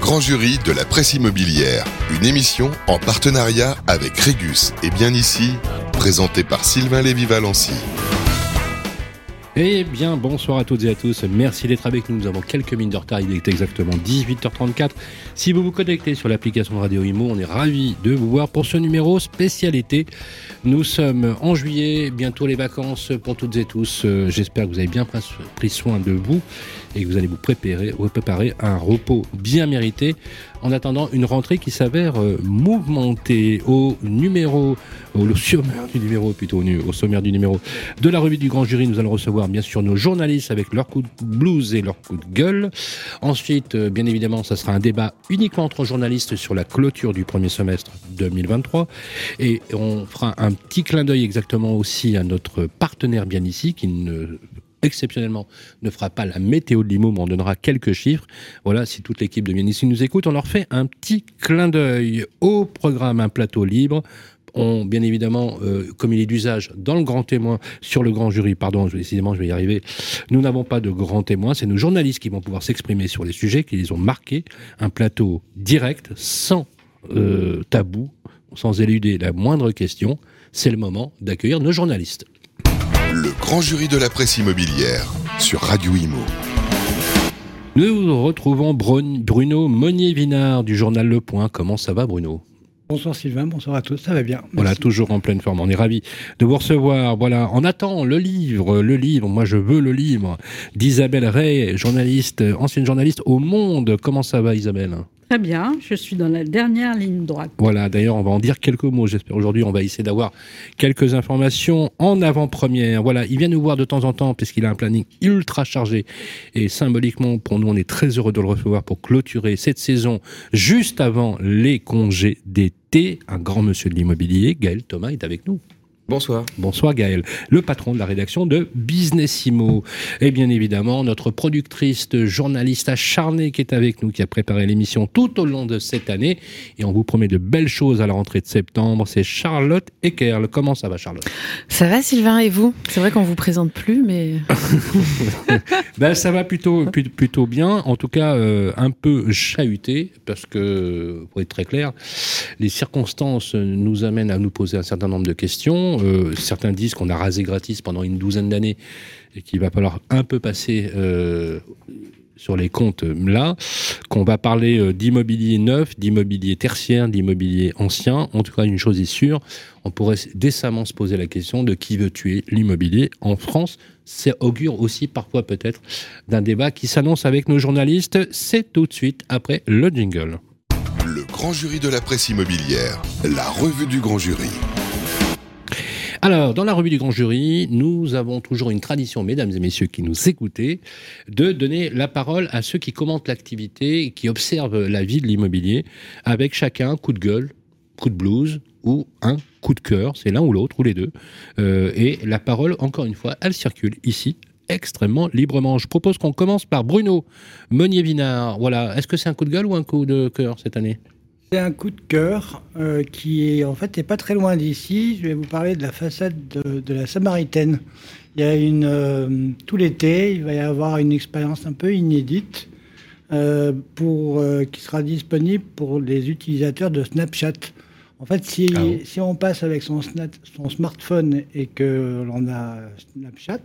grand jury de la presse immobilière, une émission en partenariat avec Régus et Bien Ici, présentée par Sylvain Lévy-Valency. Eh bien, bonsoir à toutes et à tous. Merci d'être avec nous. Nous avons quelques minutes de retard. Il est exactement 18h34. Si vous vous connectez sur l'application de Radio Imo, on est ravis de vous voir pour ce numéro spécialité. Nous sommes en juillet, bientôt les vacances pour toutes et tous. J'espère que vous avez bien pris soin de vous et que vous allez vous préparer à un repos bien mérité en attendant une rentrée qui s'avère mouvementée. Au sommaire du numéro de la revue du grand jury, nous allons recevoir bien sûr nos journalistes avec leur coup de blues et leur coup de gueule. Ensuite, bien évidemment, ça sera un débat uniquement entre journalistes sur la clôture du premier semestre 2023. Et on fera un petit clin d'œil exactement aussi à notre partenaire Bien Ici qui exceptionnellement ne fera pas la météo de l'IMO, mais on donnera quelques chiffres. Voilà, si toute l'équipe de Bien Ici nous écoute, on leur fait un petit clin d'œil. Au programme, un plateau libre. Bien évidemment, comme il est d'usage dans le grand témoin, sur le grand jury, décidément je vais y arriver, nous n'avons pas de grand témoin, c'est nos journalistes qui vont pouvoir s'exprimer sur les sujets qui les ont marqués, un plateau direct, sans tabou, sans éluder la moindre question. C'est le moment d'accueillir nos journalistes. Le grand jury de la presse immobilière sur Radio Imo. Nous retrouvons Bruno Monnier-Vinard du journal Le Point. Comment ça va, Bruno ? Bonsoir Sylvain, bonsoir à tous, ça va bien. Merci. Voilà, toujours en pleine forme, on est ravis de vous recevoir. Voilà, on attend le livre, moi je veux le livre d'Isabelle Ray, ancienne journaliste au Monde. Comment ça va, Isabelle ? Très bien, je suis dans la dernière ligne droite. Voilà, d'ailleurs, on va en dire quelques mots, j'espère. Aujourd'hui, on va essayer d'avoir quelques informations en avant-première. Voilà, il vient nous voir de temps en temps, puisqu'il a un planning ultra chargé. Et symboliquement, pour nous, on est très heureux de le recevoir pour clôturer cette saison juste avant les congés d'été. Un grand monsieur de l'immobilier, Gaël Thomas, est avec nous. Bonsoir. Bonsoir Gaël, le patron de la rédaction de Business Immo. Et bien évidemment, notre productrice, journaliste acharnée qui est avec nous, qui a préparé l'émission tout au long de cette année. Et on vous promet de belles choses à la rentrée de septembre. C'est Charlotte Eckerle. Comment ça va, Charlotte ? Ça va, Sylvain, et vous ? C'est vrai qu'on ne vous présente plus, mais... Ça va plutôt bien. En tout cas, un peu chahuté, parce que, pour être très clair, les circonstances nous amènent à nous poser un certain nombre de questions. Certains disent qu'on a rasé gratis pendant une douzaine d'années et qu'il va falloir un peu passer sur les comptes là, qu'on va parler d'immobilier neuf, d'immobilier tertiaire, d'immobilier ancien. En tout cas, une chose est sûre, on pourrait décemment se poser la question de qui veut tuer l'immobilier en France. Ça augure aussi parfois peut-être d'un débat qui s'annonce avec nos journalistes. C'est tout de suite après le jingle. Le grand jury de la presse immobilière, la revue du grand jury. Alors, dans la revue du grand jury, nous avons toujours une tradition, mesdames et messieurs qui nous écoutez, de donner la parole à ceux qui commentent l'activité et qui observent la vie de l'immobilier, avec chacun coup de gueule, coup de blues ou un coup de cœur, c'est l'un ou l'autre, ou les deux. Et la parole, encore une fois, elle circule ici, extrêmement librement. Je propose qu'on commence par Bruno Monnier-Vinard. Voilà, est-ce que c'est un coup de gueule ou un coup de cœur cette année ? C'est un coup de cœur qui est en fait n'est pas très loin d'ici. Je vais vous parler de la façade de la Samaritaine. Il y a tout l'été, il va y avoir une expérience un peu inédite qui sera disponible pour les utilisateurs de Snapchat. En fait, si on passe avec son smartphone et que l'on a Snapchat,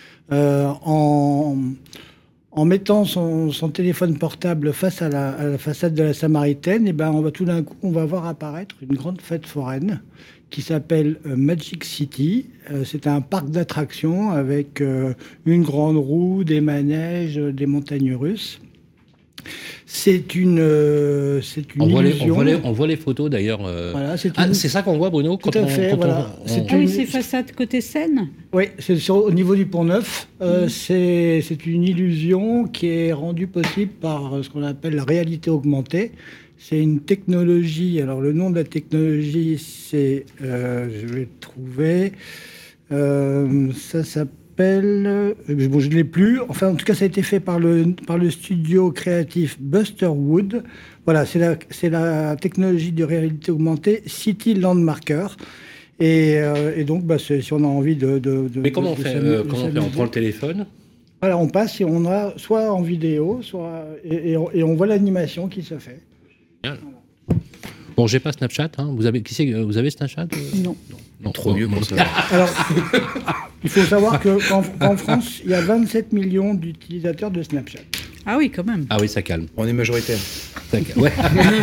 en mettant son téléphone portable face à la façade de la Samaritaine, tout d'un coup, on va voir apparaître une grande fête foraine qui s'appelle Magic City. C'est un parc d'attractions avec une grande roue, des manèges, des montagnes russes. C'est une illusion. On voit les photos d'ailleurs. Voilà, c'est ça qu'on voit, Bruno, tout à fait. C'est façade côté Seine. Oui, c'est au niveau du Pont-Neuf. C'est une illusion qui est rendue possible par ce qu'on appelle la réalité augmentée. C'est une technologie. Alors le nom de la technologie, c'est, je vais le trouver. Ça s'appelle. Bon, je ne l'ai plus. Enfin, en tout cas, ça a été fait par le studio créatif Buster Wood. Voilà, c'est la technologie de réalité augmentée City Landmarker. Et donc, si on a envie de Mais comment on fait ? On prend le téléphone ? Voilà, on passe et on a soit en vidéo, et on voit l'animation qui se fait. Bien. Bon, j'ai pas Snapchat. Hein. Vous avez Snapchat Non. Trop vieux pour ça. Alors, il faut savoir qu'en France, il y a 27 millions d'utilisateurs de Snapchat. Ah oui, quand même. Ah oui, ça calme. On est majoritaire. Ouais.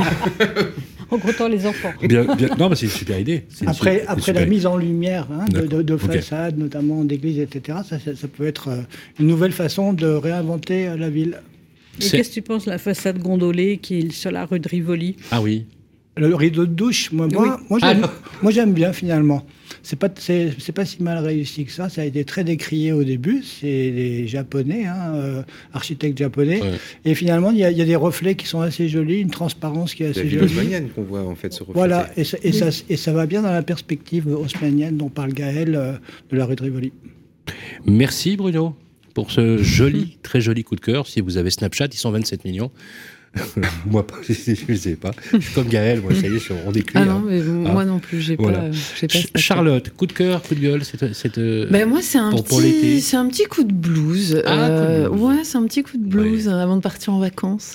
En gros temps, les enfants. Bien. Non, mais c'est une super idée. Après la mise en lumière de Ok. façades, notamment d'églises, etc., ça peut être une nouvelle façon de réinventer la ville. Et qu'est-ce que tu penses de la façade gondolée qui est sur la rue de Rivoli? Ah oui. Le rideau de douche, moi j'aime bien finalement. C'est pas si mal réussi que ça. Ça a été très décrié au début. C'est les Japonais, architectes japonais. Ouais. Et finalement, il y a des reflets qui sont assez jolis, une transparence qui est C'est assez la ville jolie. haussmannienne qu'on voit en fait se refléter. Voilà, et ça va bien dans la perspective haussmannienne dont parle Gaël de la rue de Rivoli. Merci Bruno pour ce très joli coup de cœur. Si vous avez Snapchat, ils sont 27 millions. Moi, je sais pas. Je suis comme Gaël, moi, ça y est, je suis au déclin. Ah non, mais moi non plus, j'ai Voilà. pas Snapchat. Charlotte, coup de cœur, coup de gueule, Moi, c'est un petit coup de blues. Coup de blues. Ouais, c'est un petit coup de blues avant de partir en vacances.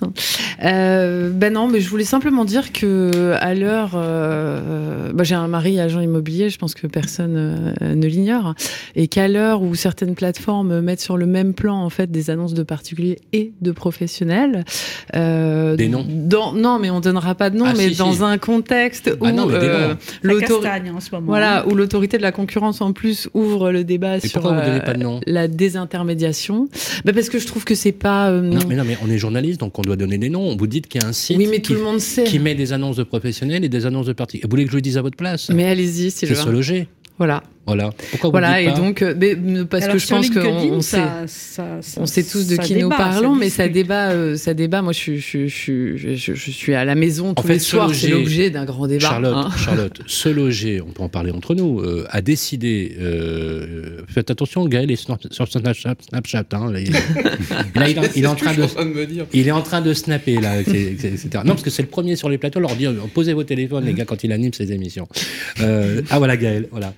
Non, mais je voulais simplement dire que à l'heure, j'ai un mari agent immobilier, je pense que personne ne l'ignore, et qu'à l'heure où certaines plateformes mettent sur le même plan en fait des annonces de particuliers et de professionnels. Des noms. Non, mais on donnera pas de nom, mais dans un contexte où castagne en ce moment. Voilà, où l'autorité de la concurrence en plus ouvre le débat sur pourquoi vous donnez pas de nom la désintermédiation. Parce que je trouve que c'est pas. Non, mais on est journaliste, donc on doit donner des noms. Vous dites qu'il y a un site tout le monde sait. qui met des annonces de professionnels et des annonces de particuliers. Vous voulez que je le dise à votre place? Mais allez-y, si je veux. C'est Se Loger. Voilà. Pourquoi vous dites et pas donc, parce alors, que je pense qu'on sait. On sait tous de qui nous parlons, mais ça débat. Moi, je suis à la maison tous les soirs. C'est l'objet d'un grand débat. Charlotte, Se Loger, on peut en parler entre nous, a décidé. Faites attention, Gaël est sur Snapchat. Hein, il est en train de. Il est en train de snapper là, etc. Non, parce que c'est le premier sur les plateaux. Leur dire posez vos téléphones, les gars, quand il anime ses émissions. Voilà, Gaël. Voilà.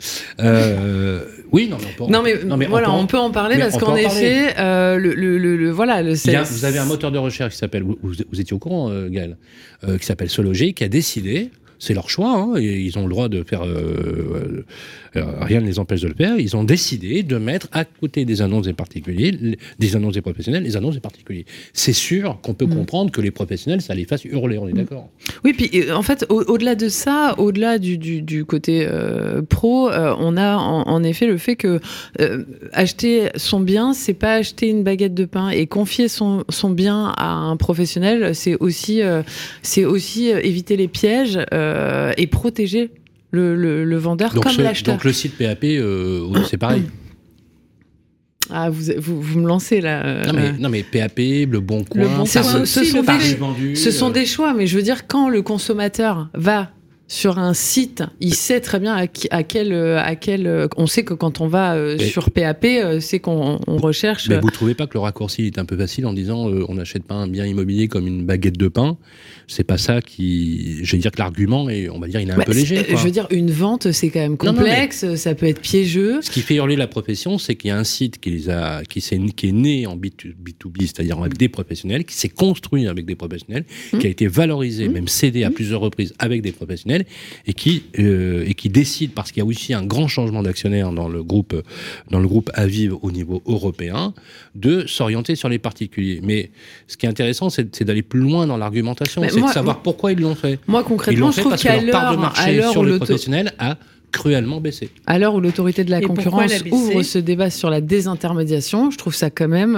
Oui, on peut en parler parce qu'en effet, vous avez un moteur de recherche qui s'appelle, vous étiez au courant, Gaël, qui s'appelle Se Loger, qui a décidé, c'est leur choix, et ils ont le droit de faire, rien ne les empêche de le faire, ils ont décidé de mettre à côté des annonces des particuliers, des annonces des professionnels, les annonces des particuliers. C'est sûr qu'on peut comprendre que les professionnels, ça les fasse hurler, on est d'accord. Oui, puis en fait, au-delà de ça, au-delà du côté pro, on a en effet le fait que acheter son bien, c'est pas acheter une baguette de pain, et confier son bien à un professionnel, c'est aussi éviter les pièges et protéger le vendeur comme l'acheteur. Donc le site PAP, c'est pareil. Ah, vous me lancez là. Non mais PAP, Le Bon Coin, ce sont des choix, mais je veux dire, quand le consommateur va sur un site, il sait très bien à quel. On sait que quand on va sur PAP, c'est qu'on recherche. Mais vous trouvez pas que le raccourci est un peu facile en disant on n'achète pas un bien immobilier comme une baguette de pain? C'est pas ça qui. Je vais dire que l'argument est, on va dire, il est un peu léger. Je veux dire, une vente, c'est quand même complexe, ça peut être piégeux. Ce qui fait hurler la profession, c'est qu'il y a un site qui est né en B2B, c'est-à-dire avec des professionnels, qui s'est construit avec des professionnels, qui a été valorisé, même cédé à plusieurs reprises avec des professionnels, et qui décide, parce qu'il y a aussi un grand changement d'actionnaire dans le groupe Aviv au niveau européen, de s'orienter sur les particuliers. Mais ce qui est intéressant, c'est d'aller plus loin dans l'argumentation, c'est de savoir pourquoi ils l'ont fait. Moi, concrètement, je trouve qu'à leur part de marché sur le professionnel a cruellement baissé. À l'heure où l'autorité de la concurrence ouvre ce débat sur la désintermédiation, je trouve ça quand même...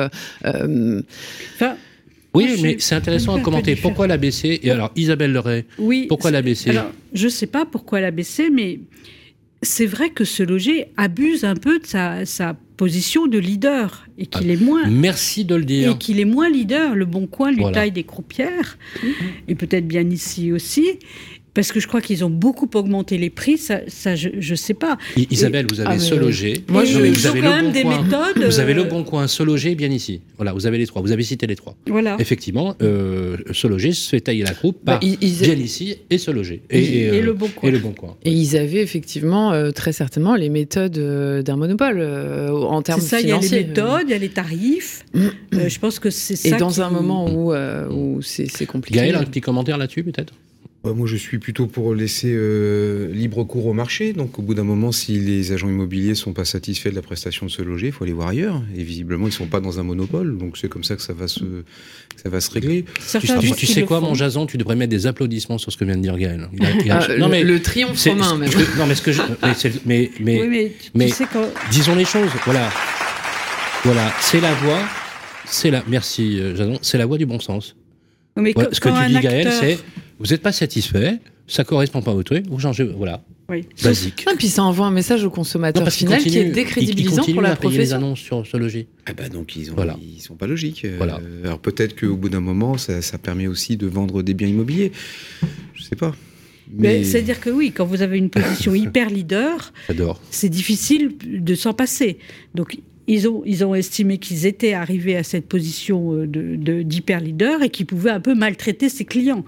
Oui, mais c'est intéressant à commenter. Pourquoi elle a baissé? Et alors, Isabelle Leray, pourquoi elle a baissé? Alors, je ne sais pas pourquoi elle a baissé, mais c'est vrai que Se Loger abuse un peu de sa position de leader et qu'il est moins. Merci de le dire. Et qu'il est moins leader. Le Bon Coin lui taille des croupières et peut-être bien ici aussi. Parce que je crois qu'ils ont beaucoup augmenté les prix, ça je sais pas. Isabelle, vous avez Se Loger. Moi, vous avez quand même des méthodes. Vous avez Le Bon Coin, Se Loger, bien ici. Voilà, vous avez les trois. Vous avez cité les trois. Voilà. Effectivement, Se Loger se fait tailler la croupe par bien ici et Se Loger. Et Le Bon Coin. Et Le Bon Coin. Et ils avaient effectivement, très certainement, les méthodes d'un monopole en termes financiers. Il y a les méthodes, il y a les tarifs. Je pense que c'est ça. Et dans un moment où c'est compliqué. Gaël, un petit commentaire là-dessus, peut-être ? Moi, je suis plutôt pour laisser libre cours au marché. Donc, au bout d'un moment, si les agents immobiliers ne sont pas satisfaits de la prestation de Se Loger, il faut aller voir ailleurs. Et visiblement, ils ne sont pas dans un monopole. Donc, c'est comme ça que ça va se régler. Tu sais quoi, mon Jason, tu devrais mettre des applaudissements sur ce que vient de dire Gaël. Le triomphe romain, même. Non, mais ce que je... Mais, tu sais quand... disons les choses. Voilà, c'est la voie... Merci, Jason. C'est la voie du bon sens. Mais ce que tu dis, Gaël, c'est... Vous n'êtes pas satisfait, ça correspond pas au truc, vous changez, voilà. Oui. Basique. Et puis ça envoie un message au consommateur final qui est décrédibilisant pour la profession. Les annonces sur Se Loger. Donc ils sont pas logiques. Voilà. Alors peut-être qu'au bout d'un moment, ça permet aussi de vendre des biens immobiliers. Je sais pas. Mais c'est-à-dire que oui, quand vous avez une position hyper leader, c'est difficile de s'en passer. Donc ils ont estimé qu'ils étaient arrivés à cette position d'hyper leader et qu'ils pouvaient un peu maltraiter ses clients.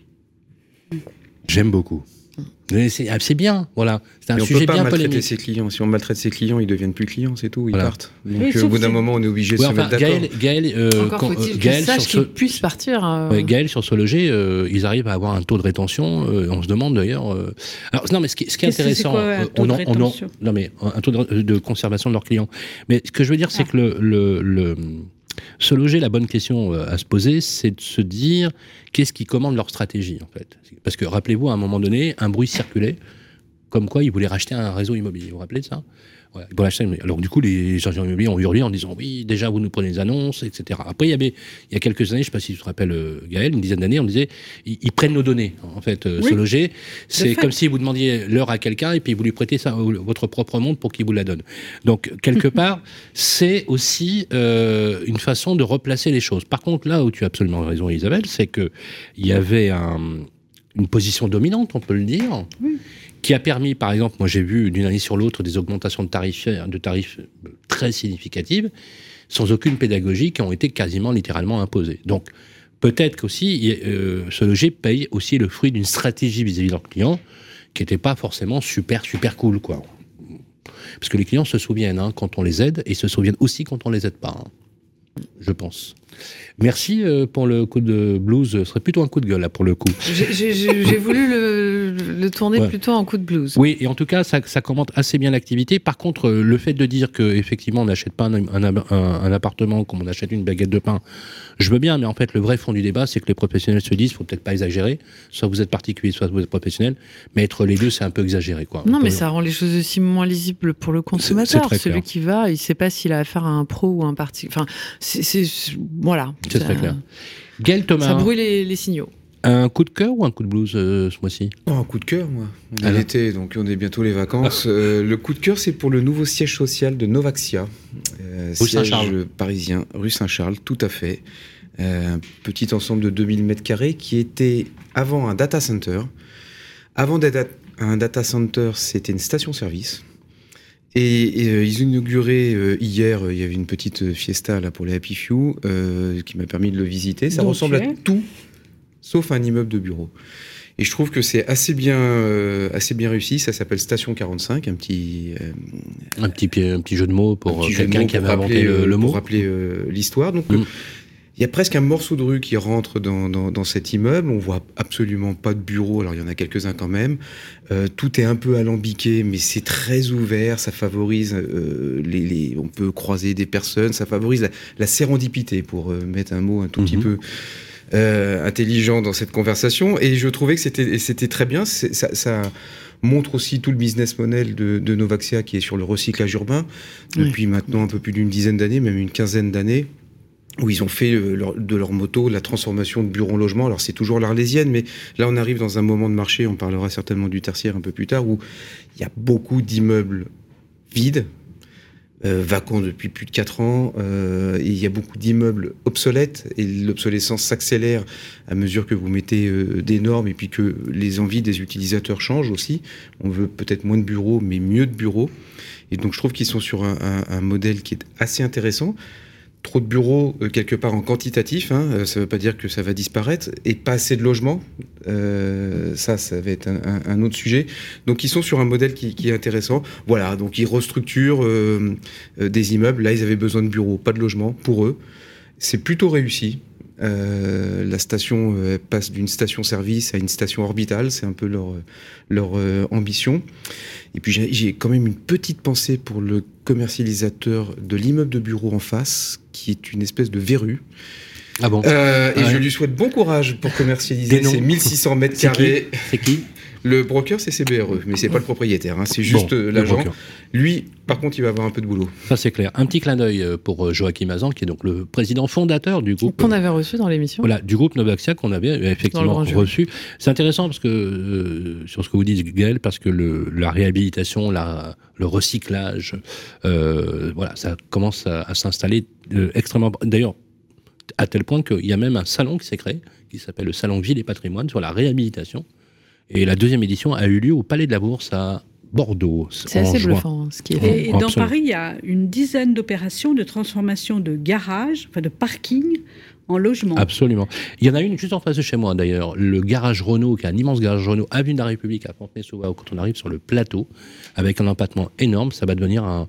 J'aime beaucoup. C'est bien, voilà. C'est un sujet bien polémique. On peut pas maltraiter ses clients. Si on maltraite ses clients, ils deviennent plus clients, c'est tout, ils partent. Donc au bout d'un moment, on est obligé de se mettre d'accord. Encore faut-il qu'ils sachent qu'ils puissent partir. Gaël, sur Se Loger, ils arrivent à avoir un taux de rétention. On se demande d'ailleurs... Alors, non, mais ce qui est intéressant... un taux de conservation de leurs clients. Mais ce que je veux dire, c'est que Se Loger, la bonne question à se poser, c'est de se dire qu'est-ce qui commande leur stratégie, en fait. Parce que, rappelez-vous, à un moment donné, un bruit circulait, comme quoi ils voulaient racheter un réseau immobilier. Vous vous rappelez de ça ? Ouais, ils voulaient racheter. Alors, du coup, les agents immobiliers ont hurlé en disant « Oui, déjà, vous nous prenez des annonces, etc. » Après, il y a quelques années, je ne sais pas si tu te rappelles, Gaël, une dizaine d'années, on disait « Ils prennent nos données, en fait, Se Loger. » C'est comme si vous demandiez l'heure à quelqu'un et puis vous lui prêtez ça, votre propre montre pour qu'il vous la donne. Donc, quelque part, c'est aussi une façon de replacer les choses. Par contre, là où tu as absolument raison, Isabelle, c'est qu'il y avait une position dominante, on peut le dire, qui a permis, par exemple, moi j'ai vu d'une année sur l'autre des augmentations de tarifs très significatives, sans aucune pédagogie, qui ont été quasiment littéralement imposées. Donc, peut-être qu'aussi, Se Loger paye aussi le fruit d'une stratégie vis-à-vis de leurs clients, qui n'était pas forcément super cool, quoi. Parce que les clients se souviennent quand on les aide, et ils se souviennent aussi quand on les aide pas, je pense. Merci pour le coup de blues. Ce serait plutôt un coup de gueule, là, pour le coup. J'ai voulu le tourner plutôt en coup de blues. Oui, et en tout cas, ça commente assez bien l'activité. Par contre, le fait de dire qu'effectivement, on n'achète pas un appartement comme on achète une baguette de pain, je veux bien, mais en fait, le vrai fond du débat, c'est que les professionnels se disent, faut peut-être pas exagérer. Soit vous êtes particulier, soit vous êtes professionnel. Mais être les deux, c'est un peu exagéré, quoi. Non, mais ça rend les choses aussi moins lisibles pour le consommateur. Celui qui va, il sait pas s'il a affaire à un pro ou un parti. Enfin, voilà. C'est très clair. Gaël Thomas. Ça brouille les signaux. Un coup de cœur ou un coup de blues ce mois-ci ? Un coup de cœur, moi. On est l'été, donc on est bientôt les vacances. Le coup de cœur, c'est pour le nouveau siège social de Novaxia. Rue Saint-Charles. Parisien, rue Saint-Charles, tout à fait. Un petit ensemble de 2000 m² qui était avant un data center. Avant d'être un data center, c'était une station-service. Et ils ont inauguré hier, il y avait une petite fiesta là pour les Happy Few qui m'a permis de le visiter. Ça ressemble à tout, sauf un immeuble de bureau. Et je trouve que c'est assez bien réussi. Ça s'appelle Station 45, un petit jeu de mots pour quelqu'un qui avait inventé le mot. Pour rappeler l'histoire. Donc il y a presque un morceau de rue qui rentre dans cet immeuble. On voit absolument pas de bureau. Alors, il y en a quelques-uns quand même. Tout est un peu alambiqué, mais c'est très ouvert. Ça favorise on peut croiser des personnes. Ça favorise la sérendipité, pour mettre un mot un tout petit peu intelligent dans cette conversation. Et je trouvais que c'était très bien. Ça montre aussi tout le business model de Novaxia, qui est sur le recyclage urbain depuis maintenant un peu plus d'une dizaine d'années, même une quinzaine d'années, où ils ont fait de leur motto la transformation de bureau en logement. Alors c'est toujours l'Arlésienne, mais là on arrive dans un moment de marché, on parlera certainement du tertiaire un peu plus tard, où il y a beaucoup d'immeubles vides, vacants depuis plus de 4 ans. Et il y a beaucoup d'immeubles obsolètes et l'obsolescence s'accélère à mesure que vous mettez des normes et puis que les envies des utilisateurs changent aussi. On veut peut-être moins de bureaux, mais mieux de bureaux. Et donc je trouve qu'ils sont sur un modèle qui est assez intéressant. Trop de bureaux, quelque part en quantitatif, ça ne veut pas dire que ça va disparaître, et pas assez de logements, ça va être un autre sujet. Donc ils sont sur un modèle qui est intéressant. Voilà, donc ils restructurent des immeubles. Là, ils avaient besoin de bureaux, pas de logements pour eux. C'est plutôt réussi. La station passe d'une station-service à une station orbitale, c'est un peu leur ambition. Et puis j'ai quand même une petite pensée pour le commercialisateur de l'immeuble de bureau en face, qui est une espèce de verrue. Ah bon. Je lui souhaite bon courage pour commercialiser ces 1600 mètres carrés. C'est qui ? Le broker, c'est CBRE, mais c'est pas le propriétaire, c'est juste l'agent. Lui, par contre, il va avoir un peu de boulot. Ça, c'est clair. Un petit clin d'œil pour Joachim Hazan, qui est donc le président fondateur du groupe. Qu'on avait reçu dans l'émission. Voilà, du groupe Novaxia qu'on avait effectivement reçu. C'est intéressant parce que, sur ce que vous dites, Gaël, parce que la réhabilitation, le recyclage, voilà, ça commence à s'installer extrêmement. D'ailleurs, à tel point qu'il y a même un salon qui s'est créé, qui s'appelle le Salon Ville et Patrimoine, sur la réhabilitation. Et la 2e édition a eu lieu au Palais de la Bourse à Bordeaux. C'est assez bluffant ce qui est fait. Et dans Paris, il y a une dizaine d'opérations de transformation de garages, enfin de parking en logement. Absolument. Il y en a une juste en face de chez moi d'ailleurs, le garage Renault, qui est un immense garage Renault, avenue de la République à Fontenay-sous-Vaud. Quand on arrive sur le plateau, avec un empattement énorme, ça va devenir un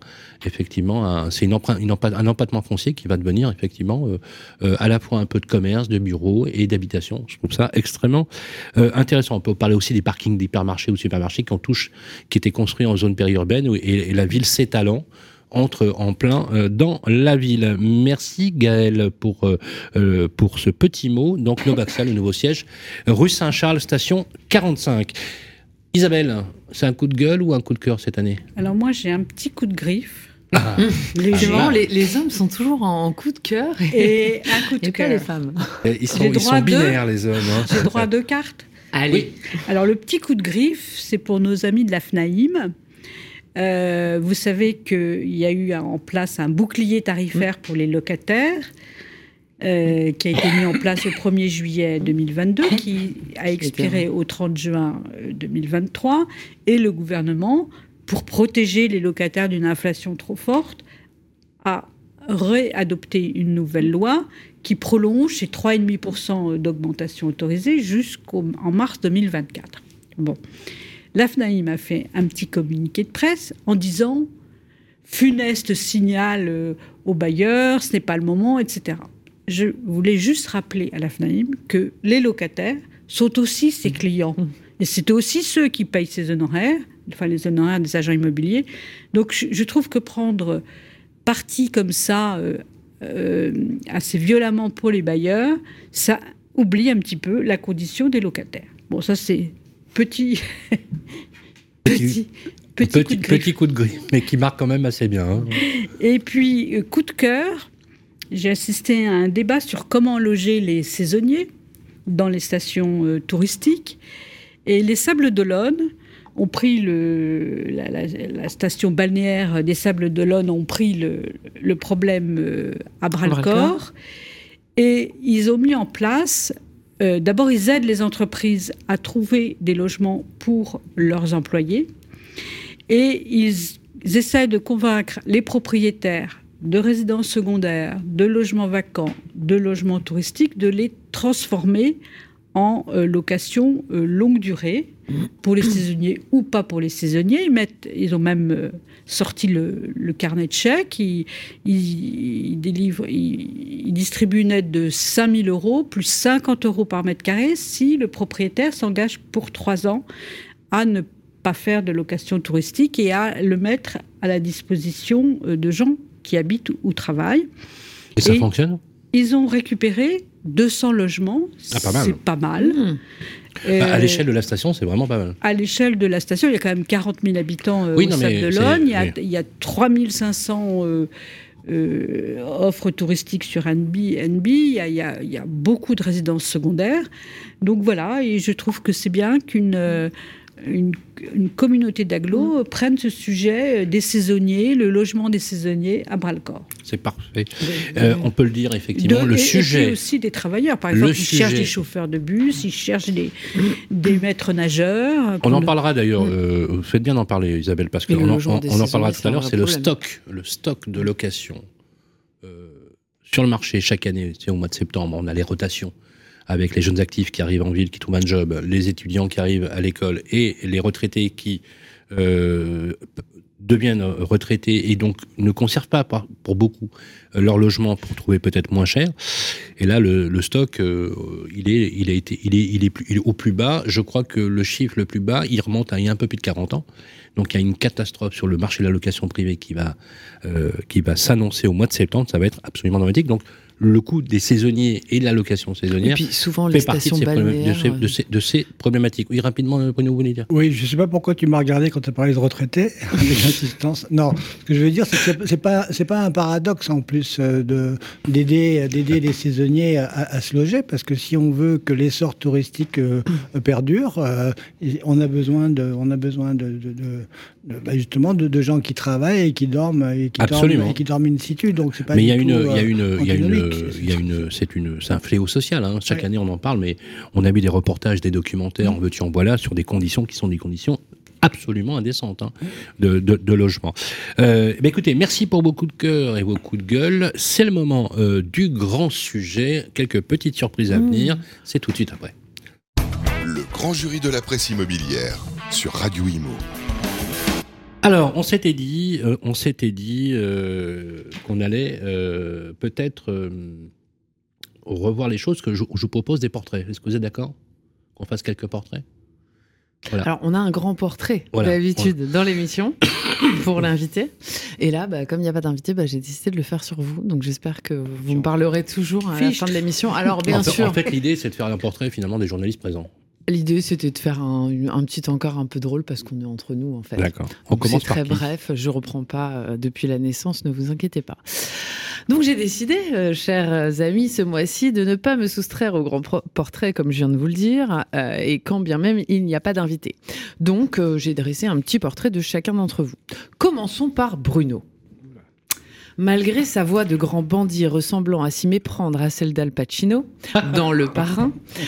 empattement foncier qui va devenir effectivement à la fois un peu de commerce, de bureaux et d'habitation. Je trouve ça extrêmement intéressant. On peut parler aussi des parkings d'hypermarchés ou supermarchés qui étaient construits en zone périurbaine et la ville s'étalant entre en plein dans la ville. Merci Gaël pour ce petit mot. Donc Novaxia, le nouveau siège, rue Saint-Charles, station 45. Isabelle, c'est un coup de gueule ou un coup de cœur cette année ? Alors moi j'ai un petit coup de griffe. Les hommes sont toujours en coup de cœur et un coup de cœur. Pas les femmes. Ils sont binaires les hommes. J'ai droit à 2 cartes. Allez. Oui. Alors le petit coup de griffe, c'est pour nos amis de la FNAIM. Vous savez qu'il y a eu en place un bouclier tarifaire pour les locataires qui a été mis en place au 1er juillet 2022, qui a expiré au 30 juin 2023. Et le gouvernement, pour protéger les locataires d'une inflation trop forte, a réadopté une nouvelle loi qui prolonge ces 3,5% d'augmentation autorisée jusqu'en mars 2024. Bon. La FNAIM a fait un petit communiqué de presse en disant « funeste signal aux bailleurs, ce n'est pas le moment, etc. » Je voulais juste rappeler à la FNAIM que les locataires sont aussi ses clients. Et c'est aussi ceux qui payent ses honoraires, enfin les honoraires des agents immobiliers. Donc je trouve que prendre parti comme ça, assez violemment pour les bailleurs, ça oublie un petit peu la condition des locataires. Bon, ça c'est... Petit coup de griffe, mais qui marque quand même assez bien. Hein. Et puis, coup de cœur, j'ai assisté à un débat sur comment loger les saisonniers dans les stations touristiques. Et les Sables d'Olonne ont pris la station balnéaire des Sables d'Olonne ont pris le problème à bras-le-corps. Et ils ont mis en place... D'abord, ils aident les entreprises à trouver des logements pour leurs employés et ils essaient de convaincre les propriétaires de résidences secondaires, de logements vacants, de logements touristiques, de les transformer en location longue durée pour les saisonniers ou pas pour les saisonniers. Ils ont même sorti le carnet de chèques. Ils distribuent une aide de 5 000 € plus 50 € par mètre carré si le propriétaire s'engage pour 3 ans à ne pas faire de location touristique et à le mettre à la disposition de gens qui habitent ou travaillent. Et ça fonctionne ? Ils ont récupéré 200 logements, c'est pas mal. À l'échelle de la station, c'est vraiment pas mal. À l'échelle de la station, il y a quand même 40 000 habitants au Sables-d'Olonne. Il y a 3 500 offres touristiques sur Airbnb. Il y a beaucoup de résidences secondaires. Donc voilà, et je trouve que c'est bien une communauté d'agglos prenne ce sujet des saisonniers, le logement des saisonniers à bras-le-corps. C'est parfait. On peut le dire, effectivement, le sujet... Et puis aussi des travailleurs. Par exemple, ils cherchent des chauffeurs de bus, ils cherchent des maîtres nageurs. On en parlera d'ailleurs, vous faites bien d'en parler, Isabelle, parce qu'on en parlera tout à l'heure, c'est le stock de location sur le marché chaque année. Au mois de septembre, on a les rotations avec les jeunes actifs qui arrivent en ville, qui trouvent un job, les étudiants qui arrivent à l'école et les retraités qui deviennent retraités et donc ne conservent pas pour beaucoup leur logement pour trouver peut-être moins cher. Et là, le stock, il est au plus bas. Je crois que le chiffre le plus bas, il remonte à il y a un peu plus de 40 ans. Donc il y a une catastrophe sur le marché de la location privée qui va s'annoncer au mois de septembre. Ça va être absolument dramatique. Donc le coût des saisonniers et de la location saisonnière et puis souvent les stations balnéaires de ces problématiques. Oui, rapidement, vous voulez dire ? Oui, je ne sais pas pourquoi tu m'as regardé quand tu as parlé de retraités, avec insistance. Non, ce que je veux dire, c'est que c'est pas un paradoxe en plus d'aider les saisonniers à se loger, parce que si on veut que l'essor touristique perdure, on a besoin justement de gens qui travaillent et qui dorment in situ. Donc c'est pas. Mais c'est un fléau social. Hein. Chaque année, on en parle, mais on a vu des reportages, des documentaires, en veux-tu, en voilà, sur des conditions qui sont des conditions absolument indécentes de logement. Écoutez, merci pour vos coups de cœur et vos coups de gueule. C'est le moment du grand sujet. Quelques petites surprises à venir. C'est tout de suite après. Le grand jury de la presse immobilière sur Radio Imo. Alors, on s'était dit qu'on allait peut-être revoir les choses, que je vous propose des portraits. Est-ce que vous êtes d'accord qu'on fasse quelques portraits ? Voilà. Alors, on a un grand portrait d'habitude dans l'émission pour l'invité. Et là, comme il n'y a pas d'invité, j'ai décidé de le faire sur vous. Donc, j'espère que vous me parlerez toujours à la fin de l'émission. Alors, bien sûr. En fait, l'idée, c'est de faire un portrait finalement des journalistes présents. L'idée, c'était de faire un petit encart un peu drôle parce qu'on est entre nous, en fait. D'accord. On commence par qui ? C'est très bref, je reprends pas depuis la naissance, ne vous inquiétez pas. Donc j'ai décidé, chers amis, ce mois-ci, de ne pas me soustraire au grand portrait, comme je viens de vous le dire, et quand bien même il n'y a pas d'invité. Donc j'ai dressé un petit portrait de chacun d'entre vous. Commençons par Bruno. Malgré sa voix de grand bandit ressemblant à s'y méprendre à celle d'Al Pacino, dans Le Parrain,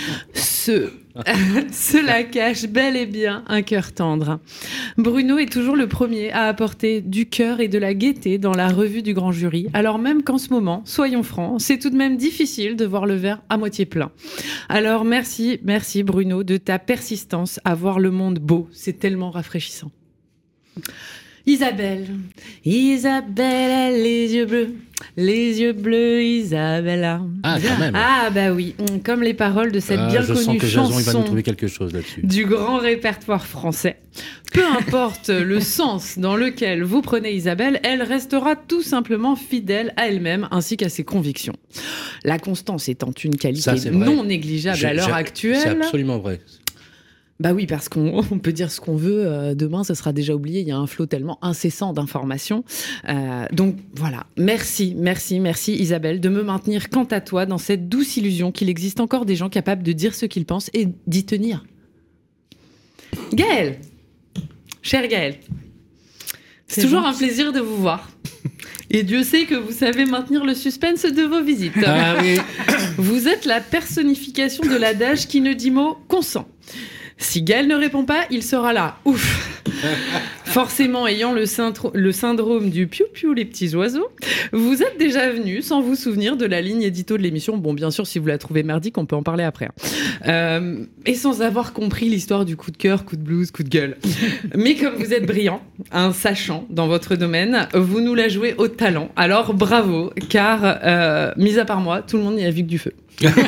cela cache bel et bien un cœur tendre. Bruno est toujours le premier à apporter du cœur et de la gaieté dans la revue du grand jury, alors même qu'en ce moment, soyons francs, c'est tout de même difficile de voir le verre à moitié plein. Alors merci Bruno de ta persistance à voir le monde beau, c'est tellement rafraîchissant. Isabelle, a les yeux bleus, Isabelle. Ah, quand même. Ah, oui, comme les paroles de cette bien connue chanson. Il va nous trouver quelque chose là-dessus. Du grand répertoire français. Peu importe le sens dans lequel vous prenez Isabelle, elle restera tout simplement fidèle à elle-même ainsi qu'à ses convictions. La constance étant une qualité non négligeable à l'heure actuelle. C'est absolument vrai. Oui, parce qu'on peut dire ce qu'on veut. Demain, ça sera déjà oublié. Il y a un flot tellement incessant d'informations. Donc voilà. Merci Isabelle de me maintenir quant à toi dans cette douce illusion qu'il existe encore des gens capables de dire ce qu'ils pensent et d'y tenir. Gaëlle, chère Gaëlle, c'est toujours un plaisir de vous voir. Et Dieu sait que vous savez maintenir le suspense de vos visites. Ah oui. Vous êtes la personnification de l'adage qui ne dit mot consent. Si Gaël ne répond pas, il sera là. Ouf. Forcément, ayant le syndrome du piou-piou les petits oiseaux, vous êtes déjà venu sans vous souvenir de la ligne édito de l'émission. Bon, bien sûr, si vous la trouvez merdique, on peut en parler après. Et sans avoir compris l'histoire du coup de cœur, coup de blues, coup de gueule. Mais comme vous êtes brillant, un sachant dans votre domaine, vous nous la jouez au talent. Alors bravo, car mis à part moi, tout le monde n'y a vu que du feu.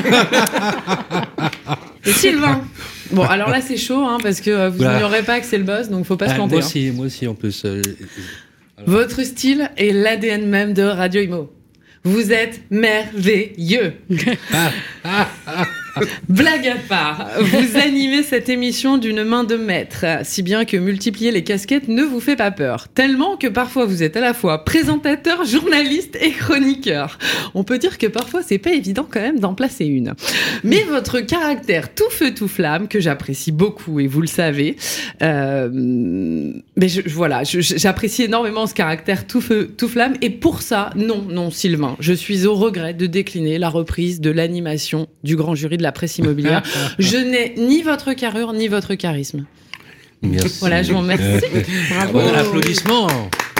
Et Sylvain. Bon, alors là, c'est chaud, parce que vous n'ignorez pas que c'est le boss, donc faut pas se planter. Moi aussi, en plus. Votre style est l'ADN même de Radio Imo. Vous êtes merveilleux. Blague à part, vous animez cette émission d'une main de maître, si bien que multiplier les casquettes ne vous fait pas peur. Tellement que parfois vous êtes à la fois présentateur, journaliste et chroniqueur. On peut dire que parfois c'est pas évident quand même d'en placer une. Mais votre caractère tout feu tout flamme, que j'apprécie beaucoup et vous le savez, mais j'apprécie énormément ce caractère tout feu tout flamme, et pour ça, non Sylvain, je suis au regret de décliner la reprise de l'animation du grand jury de la presse immobilière. Je n'ai ni votre carrure ni votre charisme. Merci. Voilà, je vous remercie. Bravo. Applaudissements.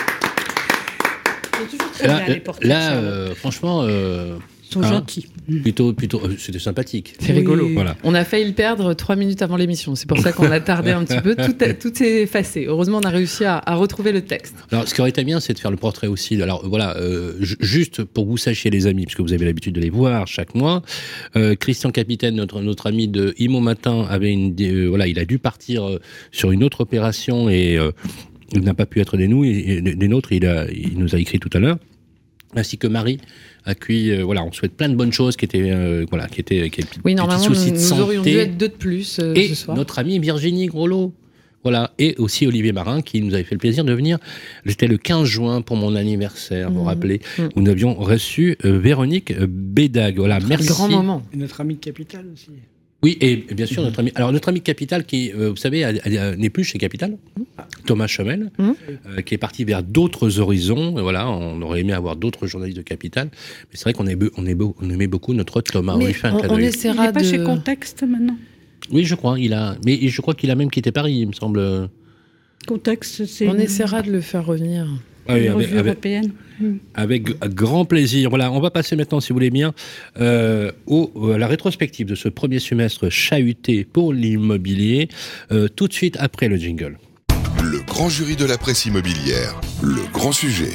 Là, franchement, ils sont gentils. Plutôt, c'était sympathique. C'est rigolo. Oui. Voilà. On a failli le perdre 3 minutes avant l'émission. C'est pour ça qu'on a tardé un petit peu. Tout s'est effacé. Heureusement, on a réussi à retrouver le texte. Alors, ce qui aurait été bien, c'est de faire le portrait aussi. Alors, voilà, juste pour que vous sachiez, les amis, puisque vous avez l'habitude de les voir chaque mois, Christian Capitaine, notre ami de Imo Matin, il a dû partir sur une autre opération et il n'a pas pu être des nôtres. Il nous a écrit tout à l'heure. Ainsi que Marie, à qui on souhaite plein de bonnes choses, qui étaient oui, normalement soucis de nous santé. aurions dû être 2 de plus et ce soir. Notre amie Virginie Groslo, voilà, et aussi Olivier Marin qui nous avait fait le plaisir de venir. C'était le 15 juin pour mon anniversaire, vous vous rappelez, où nous avions reçu Véronique Bédag. Voilà, merci. Grand moment. Et notre ami de Capital aussi. Oui, et bien sûr, notre ami de Capital, qui, vous savez, n'est plus chez Capital, Thomas Chomel, qui est parti vers d'autres horizons. Voilà, on aurait aimé avoir d'autres journalistes de Capital, mais c'est vrai qu'on aimait beaucoup notre Thomas. Mais on essaiera il n'est pas chez Contexte maintenant. Oui, je crois. Mais je crois qu'il a même quitté Paris, il me semble. Contexte, c'est. On essaiera de le faire revenir. Une revue européenne. Avec grand plaisir. Voilà, on va passer maintenant, si vous voulez bien, à la rétrospective de ce premier semestre chahuté pour l'immobilier, tout de suite après le jingle. Le grand jury de la presse immobilière, le grand sujet.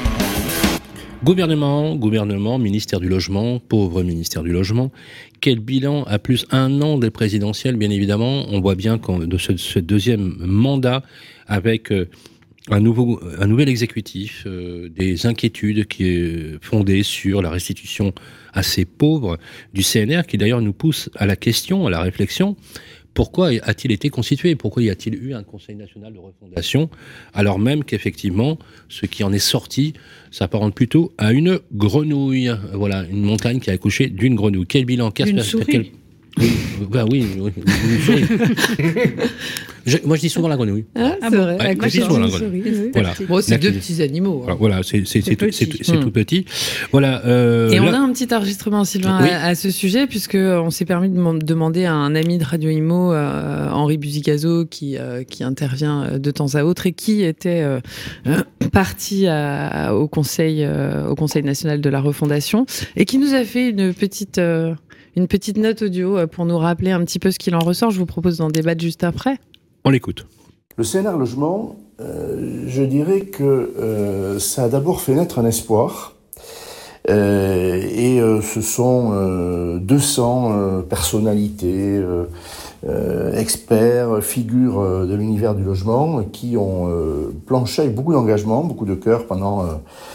Gouvernement, ministère du Logement, pauvre ministère du Logement. Quel bilan à plus 1 an des présidentielles, bien évidemment. On voit bien de ce deuxième mandat avec un nouvel exécutif, des inquiétudes qui est fondées sur la restitution assez pauvre du CNR, qui d'ailleurs nous pousse à la question, à la réflexion. Pourquoi a-t-il été constitué ? Pourquoi y a-t-il eu un Conseil national de refondation, alors même qu'effectivement, ce qui en est sorti s'apparente plutôt à une grenouille. Voilà, une montagne qui a accouché d'une grenouille. Quel bilan ? Une souris. Oui, une souris. Moi, je dis souvent la grenouille. C'est vrai. Ouais, je dis souvent la grenouille. Voilà. Bon, c'est 2 petits animaux. Hein. Voilà, c'est tout petit. Voilà. Et on a un petit enregistrement, Sylvain, à ce sujet, puisque on s'est permis de demander à un ami de Radio Imo, Henri Buzicazo, qui intervient de temps à autre et qui était parti au Conseil national de la refondation et qui nous a fait une petite note audio pour nous rappeler un petit peu ce qu'il en ressort. Je vous propose d'en débattre juste après. On l'écoute. Le CNR Logement, je dirais que ça a d'abord fait naître un espoir. Ce sont 200 personnalités, experts, figures de l'univers du logement qui ont planché avec beaucoup d'engagement, beaucoup de cœur pendant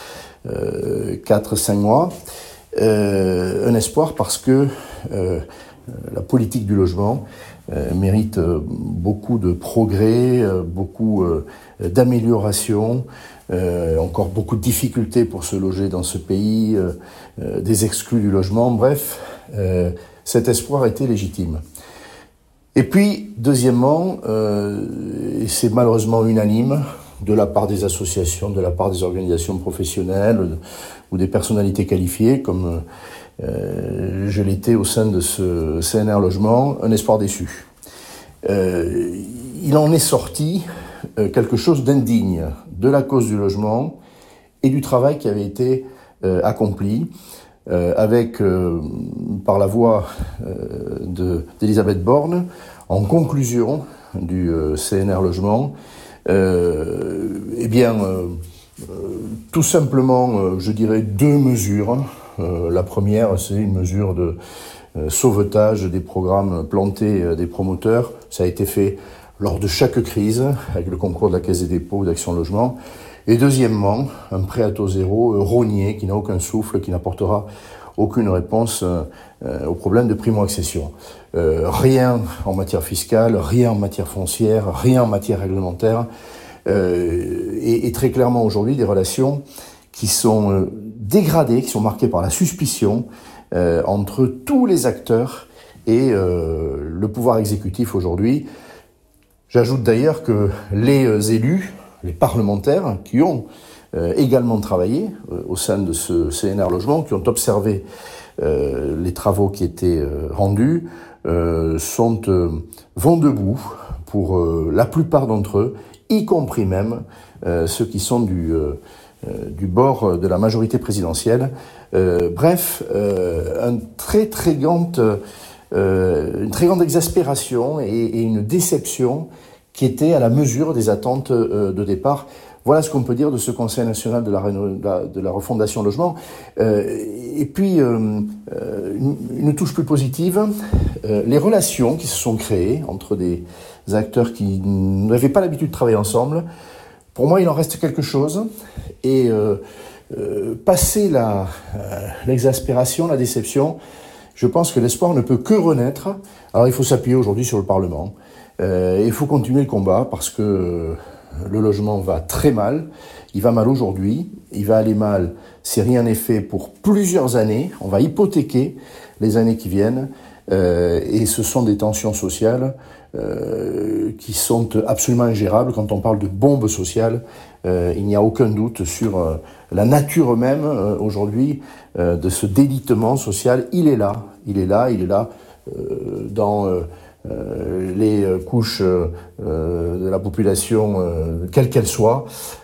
4-5 mois. Un espoir parce que la politique du logement mérite beaucoup de progrès, beaucoup d'améliorations, encore beaucoup de difficultés pour se loger dans ce pays, des exclus du logement. Bref, cet espoir était légitime. Et puis, deuxièmement, et c'est malheureusement unanime, de la part des associations, de la part des organisations professionnelles ou des personnalités qualifiées, comme je l'étais au sein de ce CNR Logement, un espoir déçu. Il en est sorti quelque chose d'indigne de la cause du logement et du travail qui avait été accompli avec, par la voix d'Elisabeth Borne, en conclusion du CNR Logement, tout simplement, je dirais 2 mesures. La première, c'est une mesure de sauvetage des programmes plantés des promoteurs. Ça a été fait lors de chaque crise, avec le concours de la Caisse des dépôts ou d'Action Logement. Et deuxièmement, un prêt à taux zéro rogné, qui n'a aucun souffle, qui n'apportera aucune réponse au problème de primo-accession. Rien en matière fiscale, rien en matière foncière, rien en matière réglementaire. Et très clairement aujourd'hui des relations qui sont dégradées, qui sont marquées par la suspicion entre tous les acteurs et le pouvoir exécutif aujourd'hui. J'ajoute d'ailleurs que les élus, les parlementaires qui ont également travaillé au sein de ce CNR Logement, qui ont observé les travaux qui étaient rendus, vont debout pour la plupart d'entre eux, y compris même ceux qui sont du bord de la majorité présidentielle. Bref, une très grande exaspération et une déception qui était à la mesure des attentes de départ. Voilà ce qu'on peut dire de ce Conseil national de la refondation logement. Et puis, une touche plus positive, les relations qui se sont créées entre des acteurs qui n'avaient pas l'habitude de travailler ensemble. Pour moi, il en reste quelque chose. Et passer l'exaspération, la déception, je pense que l'espoir ne peut que renaître. Alors, il faut s'appuyer aujourd'hui sur le Parlement. Il faut continuer le combat parce que le logement va très mal. Il va mal aujourd'hui. Il va aller mal si rien n'est fait pour plusieurs années. On va hypothéquer les années qui viennent. Et ce sont des tensions sociales qui sont absolument ingérables. Quand on parle de bombe sociale, il n'y a aucun doute sur la nature même aujourd'hui de ce délitement social. Il est là dans les couches de la population, quelle qu'elle soit,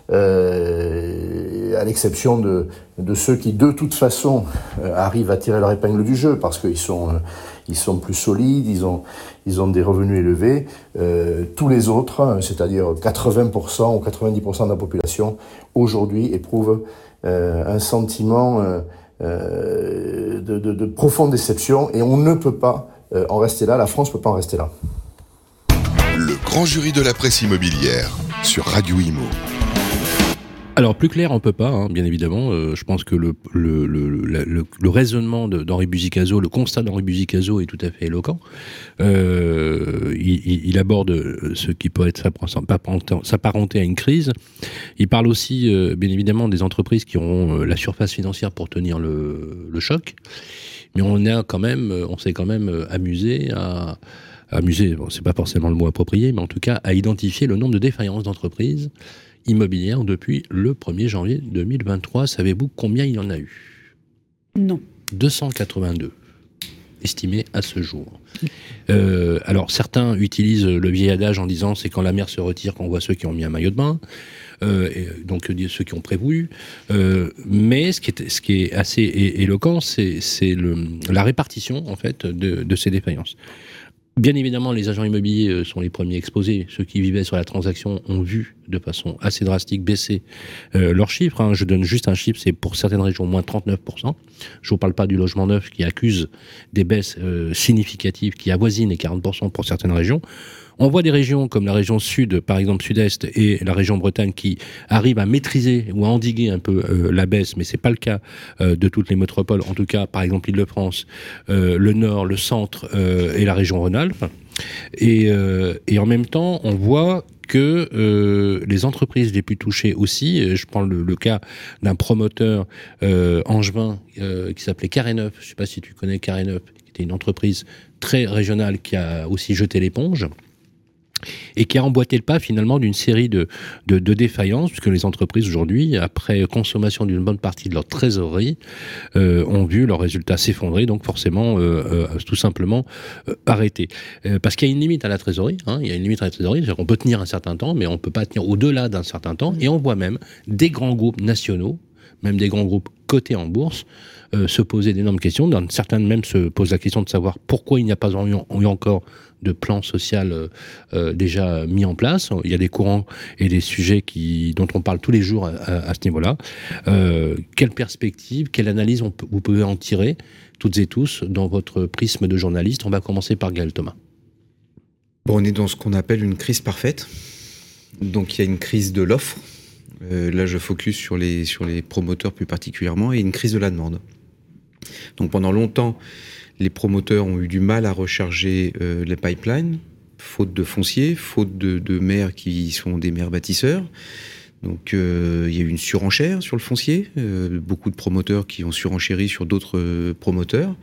à l'exception de ceux qui, de toute façon, arrivent à tirer leur épingle du jeu, parce qu'ils sont plus solides, ils ont des revenus élevés. Tous les autres, c'est-à-dire 80% ou 90% de la population, aujourd'hui éprouvent un sentiment de profonde déception, et on ne peut pas en rester là, la France ne peut pas en rester là. Le grand jury de la presse immobilière sur Radio Imo. Alors plus clair on peut pas, hein, bien évidemment. Je pense que le raisonnement d'Henri Buzicazo, le constat d'Henri Buzicazo est tout à fait éloquent. Il aborde ce qui peut être s'apparenter à une crise. Il parle aussi, bien évidemment, des entreprises qui auront la surface financière pour tenir le choc. Mais on s'est quand même amusé à bon, c'est pas forcément le mot approprié, mais en tout cas à identifier le nombre de défaillances d'entreprises immobilières depuis le 1er janvier 2023. Savez-vous combien il y en a eu ? Non. 282, estimés à ce jour. Alors certains utilisent le vieil adage en disant c'est quand la mer se retire qu'on voit ceux qui ont mis un maillot de bain. Donc ceux qui ont prévu, mais ce qui est assez éloquent, c'est la répartition en fait de ces défaillances. Bien évidemment, les agents immobiliers sont les premiers exposés. Ceux qui vivaient sur la transaction ont vu de façon assez drastique baisser leurs chiffres. Hein. Je donne juste un chiffre, c'est pour certaines régions moins 39%. Je vous parle pas du logement neuf qui accuse des baisses significatives qui avoisinent les 40% pour certaines régions. On voit des régions comme la région sud, par exemple sud-est, et la région Bretagne qui arrivent à maîtriser ou à endiguer un peu la baisse, mais c'est pas le cas de toutes les métropoles. En tout cas, par exemple l'Île-de-France, le Nord, le Centre et la région Rhône-Alpes. Et en même temps, on voit que les entreprises les plus touchées aussi, je prends le cas d'un promoteur angevin qui s'appelait Carré Neuf, je sais pas si tu connais Carré Neuf, qui était une entreprise très régionale qui a aussi jeté l'éponge et qui a emboîté le pas finalement d'une série de défaillances, puisque les entreprises aujourd'hui, après consommation d'une bonne partie de leur trésorerie, ont vu leurs résultats s'effondrer, donc forcément tout simplement arrêter. Parce qu'il y a une limite à la trésorerie, hein, il y a une limite à la trésorerie, c'est-à-dire qu'on peut tenir un certain temps, mais on ne peut pas tenir au-delà d'un certain temps, et on voit même des grands groupes nationaux, même des grands groupes cotés en bourse, se poser d'énormes questions. Certains même se posent la question de savoir pourquoi il n'y a pas eu encore de plan social déjà mis en place. Il y a des courants et des sujets dont on parle tous les jours à ce niveau-là. Quelle perspective, quelle analyse vous pouvez en tirer, toutes et tous, dans votre prisme de journaliste ? On va commencer par Gaël Thomas. Bon, on est dans ce qu'on appelle une crise parfaite. Donc il y a une crise de l'offre. Là, je focus sur les promoteurs plus particulièrement, et une crise de la demande. Donc pendant longtemps, les promoteurs ont eu du mal à recharger les pipelines, faute de foncier, faute de maires qui sont des maires bâtisseurs. Donc il y a eu une surenchère sur le foncier, beaucoup de promoteurs qui ont surenchéri sur d'autres promoteurs.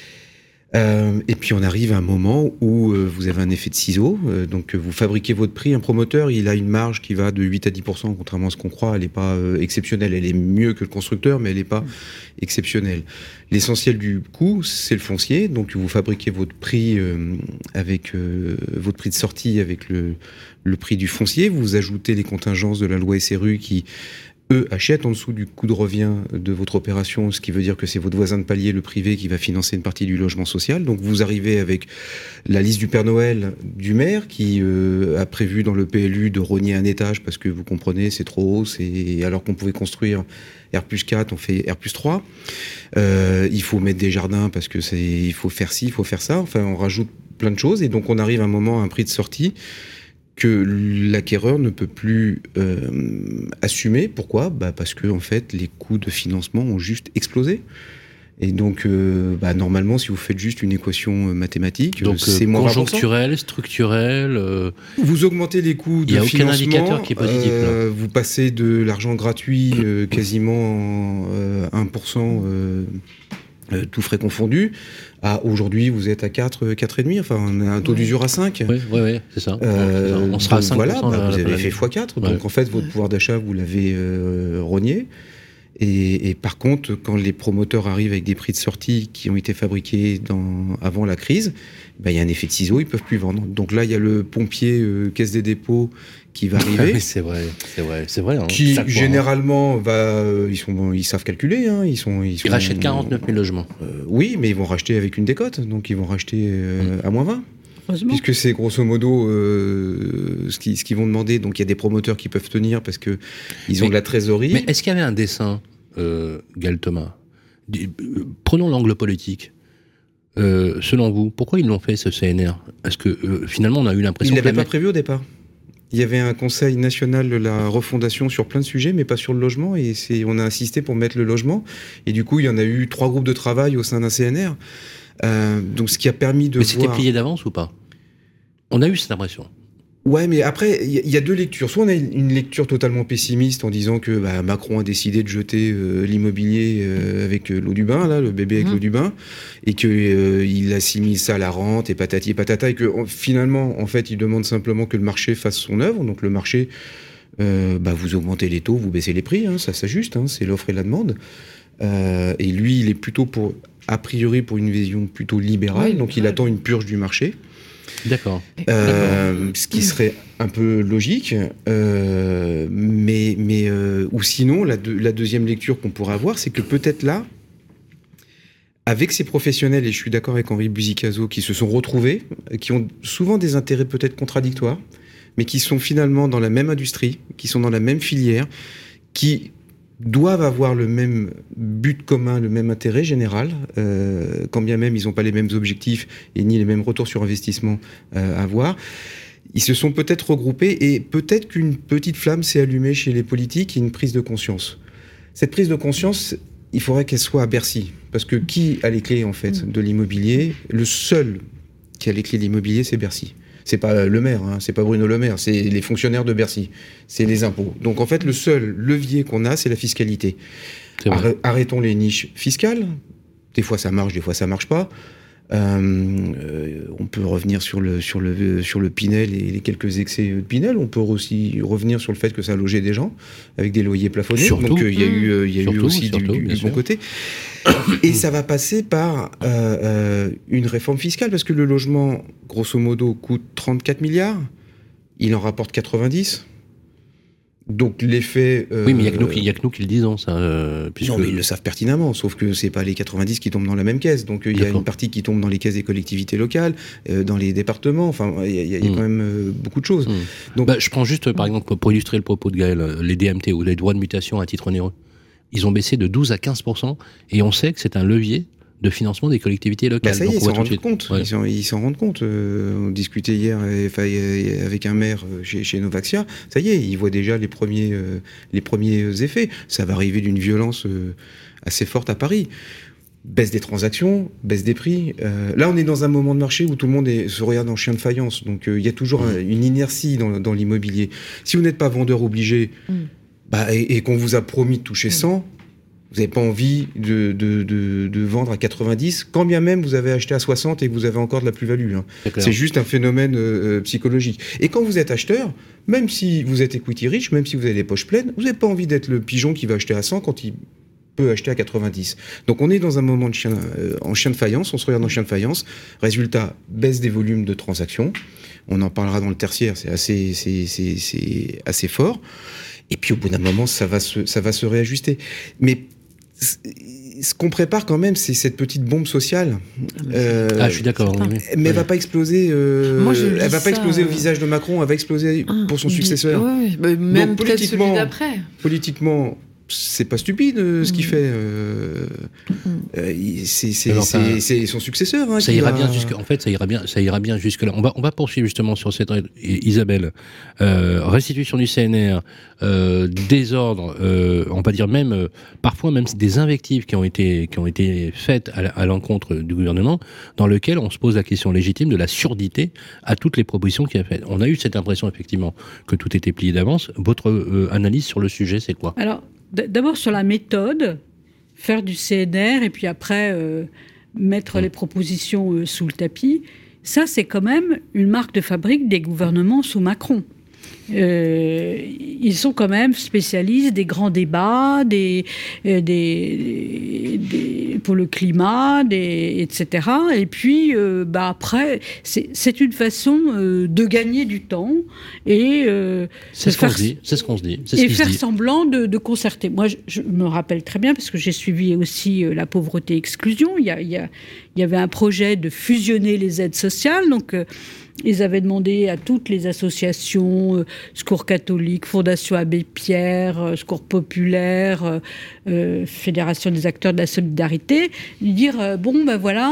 Et puis on arrive à un moment où vous avez un effet de ciseau, donc vous fabriquez votre prix. Un promoteur, il a une marge qui va de 8 à 10%, contrairement à ce qu'on croit. Elle n'est pas exceptionnelle, elle est mieux que le constructeur, mais elle n'est pas exceptionnelle. L'essentiel du coût, c'est le foncier, donc vous fabriquez votre prix avec votre prix de sortie avec le prix du foncier. Vous ajoutez les contingences de la loi SRU qui eux achètent en dessous du coût de revient de votre opération, ce qui veut dire que c'est votre voisin de palier, le privé, qui va financer une partie du logement social. Donc vous arrivez avec la liste du Père Noël du maire qui a prévu dans le PLU de rogner un étage parce que vous comprenez, c'est trop haut, alors qu'on pouvait construire R+4, on fait R+3. Il faut mettre des jardins parce que il faut faire ci, il faut faire ça. Enfin, on rajoute plein de choses et donc on arrive à un moment à un prix de sortie que l'acquéreur ne peut plus assumer. Pourquoi ? Parce que en fait, les coûts de financement ont juste explosé. Et donc, normalement, si vous faites juste une équation mathématique, donc, c'est moins conjoncturel, structurel. Vous augmentez les coûts de financement. Il n'y a aucun indicateur qui est positif. Vous passez de l'argent gratuit quasiment 1%. Tout frais confondu, aujourd'hui vous êtes à 4,5, enfin on a un taux d'usure à 5. Oui, c'est ça. On sera à 5%. Voilà, vous avez fait x4, donc en fait votre pouvoir d'achat vous l'avez rogné. Et par contre, quand les promoteurs arrivent avec des prix de sortie qui ont été fabriqués avant la crise, il y a un effet de ciseau, ils peuvent plus vendre. Donc là, il y a le pompier Caisse des dépôts qui va arriver. C'est vrai. Hein, qui généralement ils savent calculer. Hein, ils rachètent 49 000 logements. Oui, mais ils vont racheter avec une décote, donc ils vont racheter à moins 20. Puisque c'est grosso modo ce qu'ils vont demander. Donc il y a des promoteurs qui peuvent tenir parce que ils ont de la trésorerie. Mais est-ce qu'il y avait un dessein, Gaël Thomas ? Prenons l'angle politique. Selon vous, pourquoi ils l'ont fait, ce CNR ? Est-ce que finalement on a eu l'impression Ils ne l'avaient pas prévu au départ. Il y avait un conseil national de la refondation sur plein de sujets, mais pas sur le logement. Et on a insisté pour mettre le logement. Et du coup, il y en a eu 3 groupes de travail au sein d'un CNR. Donc ce qui a permis de Mais c'était plié d'avance ou pas ? On a eu cette impression. Ouais, mais après, il y a 2 lectures. Soit on a une lecture totalement pessimiste en disant que Macron a décidé de jeter l'immobilier avec l'eau du bain, là, le bébé avec l'eau du bain, et qu'il assimile ça à la rente et patati et patata, et que finalement, en fait, il demande simplement que le marché fasse son œuvre. Donc le marché, vous augmentez les taux, vous baissez les prix, hein, ça s'ajuste, hein, c'est l'offre et la demande. Et lui, il est plutôt a priori pour une vision plutôt libérale, donc il attend une purge du marché. D'accord. Ce qui serait un peu logique, mais ou sinon la deuxième lecture qu'on pourrait avoir, c'est que peut-être là, avec ces professionnels, et je suis d'accord avec Henri Buzicazo, qui se sont retrouvés, qui ont souvent des intérêts peut-être contradictoires, mais qui sont finalement dans la même industrie, qui sont dans la même filière, qui doivent avoir le même but commun, le même intérêt général, quand bien même ils n'ont pas les mêmes objectifs et ni les mêmes retours sur investissement à avoir. Ils se sont peut-être regroupés et peut-être qu'une petite flamme s'est allumée chez les politiques et une prise de conscience. Cette prise de conscience, il faudrait qu'elle soit à Bercy. Parce que qui a les clés, en fait, de l'immobilier ? Le seul qui a les clés de l'immobilier, c'est Bercy. C'est pas le maire, hein, c'est pas Bruno Le Maire, c'est les fonctionnaires de Bercy, c'est les impôts. Donc en fait, le seul levier qu'on a, c'est la fiscalité. Arrêtons les niches fiscales. Des fois ça marche, des fois ça marche pas. On peut revenir sur le Pinel et les quelques excès de Pinel. On peut aussi revenir sur le fait que ça a logé des gens avec des loyers plafonnés. Surtout, donc il y a eu aussi du bon côté. Et ça va passer par une réforme fiscale parce que le logement, grosso modo, coûte 34 milliards. Il en rapporte 90. Donc l'effet... oui, mais il n'y a que nous qui le disons, ça. Puisque... Non, mais ils le savent pertinemment, sauf que c'est pas les 90 qui tombent dans la même caisse. Donc il y a une partie qui tombe dans les caisses des collectivités locales, dans les départements, enfin il y a quand même beaucoup de choses. Donc, je prends juste, par exemple, pour illustrer le propos de Gaël, les DMT ou les droits de mutation à titre onéreux. Ils ont baissé de 12 à 15%, et on sait que c'est un levier de financement des collectivités locales. Ça y est, ils s'en rendent compte. Ouais. Ils s'en rendent compte. On discutait hier avec un maire chez Novaxia. Ça y est, ils voient déjà les premiers effets. Ça va arriver d'une violence assez forte à Paris. baisse des transactions, baisse des prix. Là, on est dans un moment de marché où tout le monde se regarde en chien de faïence. Donc, il y a toujours une inertie dans l'immobilier. Si vous n'êtes pas vendeur obligé et qu'on vous a promis de toucher 100, vous n'avez pas envie de vendre à 90, quand bien même vous avez acheté à 60 et que vous avez encore de la plus-value. Hein. C'est juste un phénomène psychologique. Et quand vous êtes acheteur, même si vous êtes equity rich, même si vous avez les poches pleines, vous n'avez pas envie d'être le pigeon qui va acheter à 100 quand il peut acheter à 90. Donc on est dans un moment en chien de faïence, on se regarde en chien de faïence. Résultat, baisse des volumes de transactions. On en parlera dans le tertiaire, c'est assez fort. Et puis au bout d'un moment, ça va se réajuster. Mais ce qu'on prépare quand même, c'est cette petite bombe sociale. Je suis d'accord. Oui. Mais elle va pas exploser. Elle va pas exploser au visage de Macron. Elle va exploser pour son successeur. Oui, même peut-être celui d'après. Politiquement, c'est pas stupide ce qu'il fait. C'est son successeur. Hein, ça ira bien jusque. En fait, ça ira bien jusque là. On va poursuivre justement sur cette Isabelle. Restitution du CNR, désordre. On va dire même parfois même des invectives qui ont été faites à l'encontre du gouvernement, dans lequel on se pose la question légitime de la surdité à toutes les propositions qu'il a faites. On a eu cette impression effectivement que tout était plié d'avance. Votre analyse sur le sujet, c'est quoi ? Alors, d'abord sur la méthode, faire du CNR et puis après mettre les propositions sous le tapis, ça c'est quand même une marque de fabrique des gouvernements sous Macron. Ils sont quand même spécialistes des grands débats, pour le climat, etc. Et puis, après, c'est une façon de gagner du temps et c'est ce qu'on se dit. Et faire semblant de concerter. Moi, je me rappelle très bien parce que j'ai suivi aussi la pauvreté-exclusion. Il y avait un projet de fusionner les aides sociales, donc. Ils avaient demandé à toutes les associations, Secours catholique, Fondation Abbé Pierre, Secours populaire, Fédération des acteurs de la solidarité, de dire on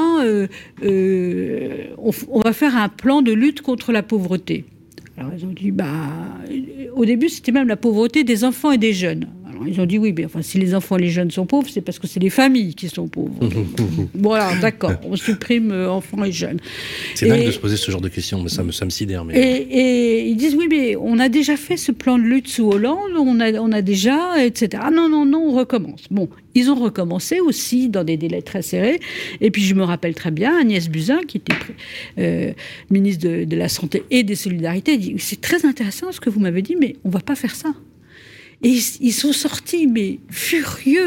va faire un plan de lutte contre la pauvreté. Alors ils ont dit au début c'était même la pauvreté des enfants et des jeunes. Alors ils ont dit oui, mais enfin si les enfants et les jeunes sont pauvres, c'est parce que c'est les familles qui sont pauvres. Voilà, d'accord, on supprime enfants et jeunes. C'est dingue de se poser ce genre de questions, mais ça me sidère. Mais... Et ils disent oui, mais on a déjà fait ce plan de lutte sous Hollande, on a déjà, etc. Ah non, on recommence. Bon, ils ont recommencé aussi dans des délais très serrés. Et puis je me rappelle très bien, Agnès Buzyn, qui était ministre de la Santé et des Solidarités, dit c'est très intéressant ce que vous m'avez dit, mais on ne va pas faire ça. Et ils sont sortis, mais furieux,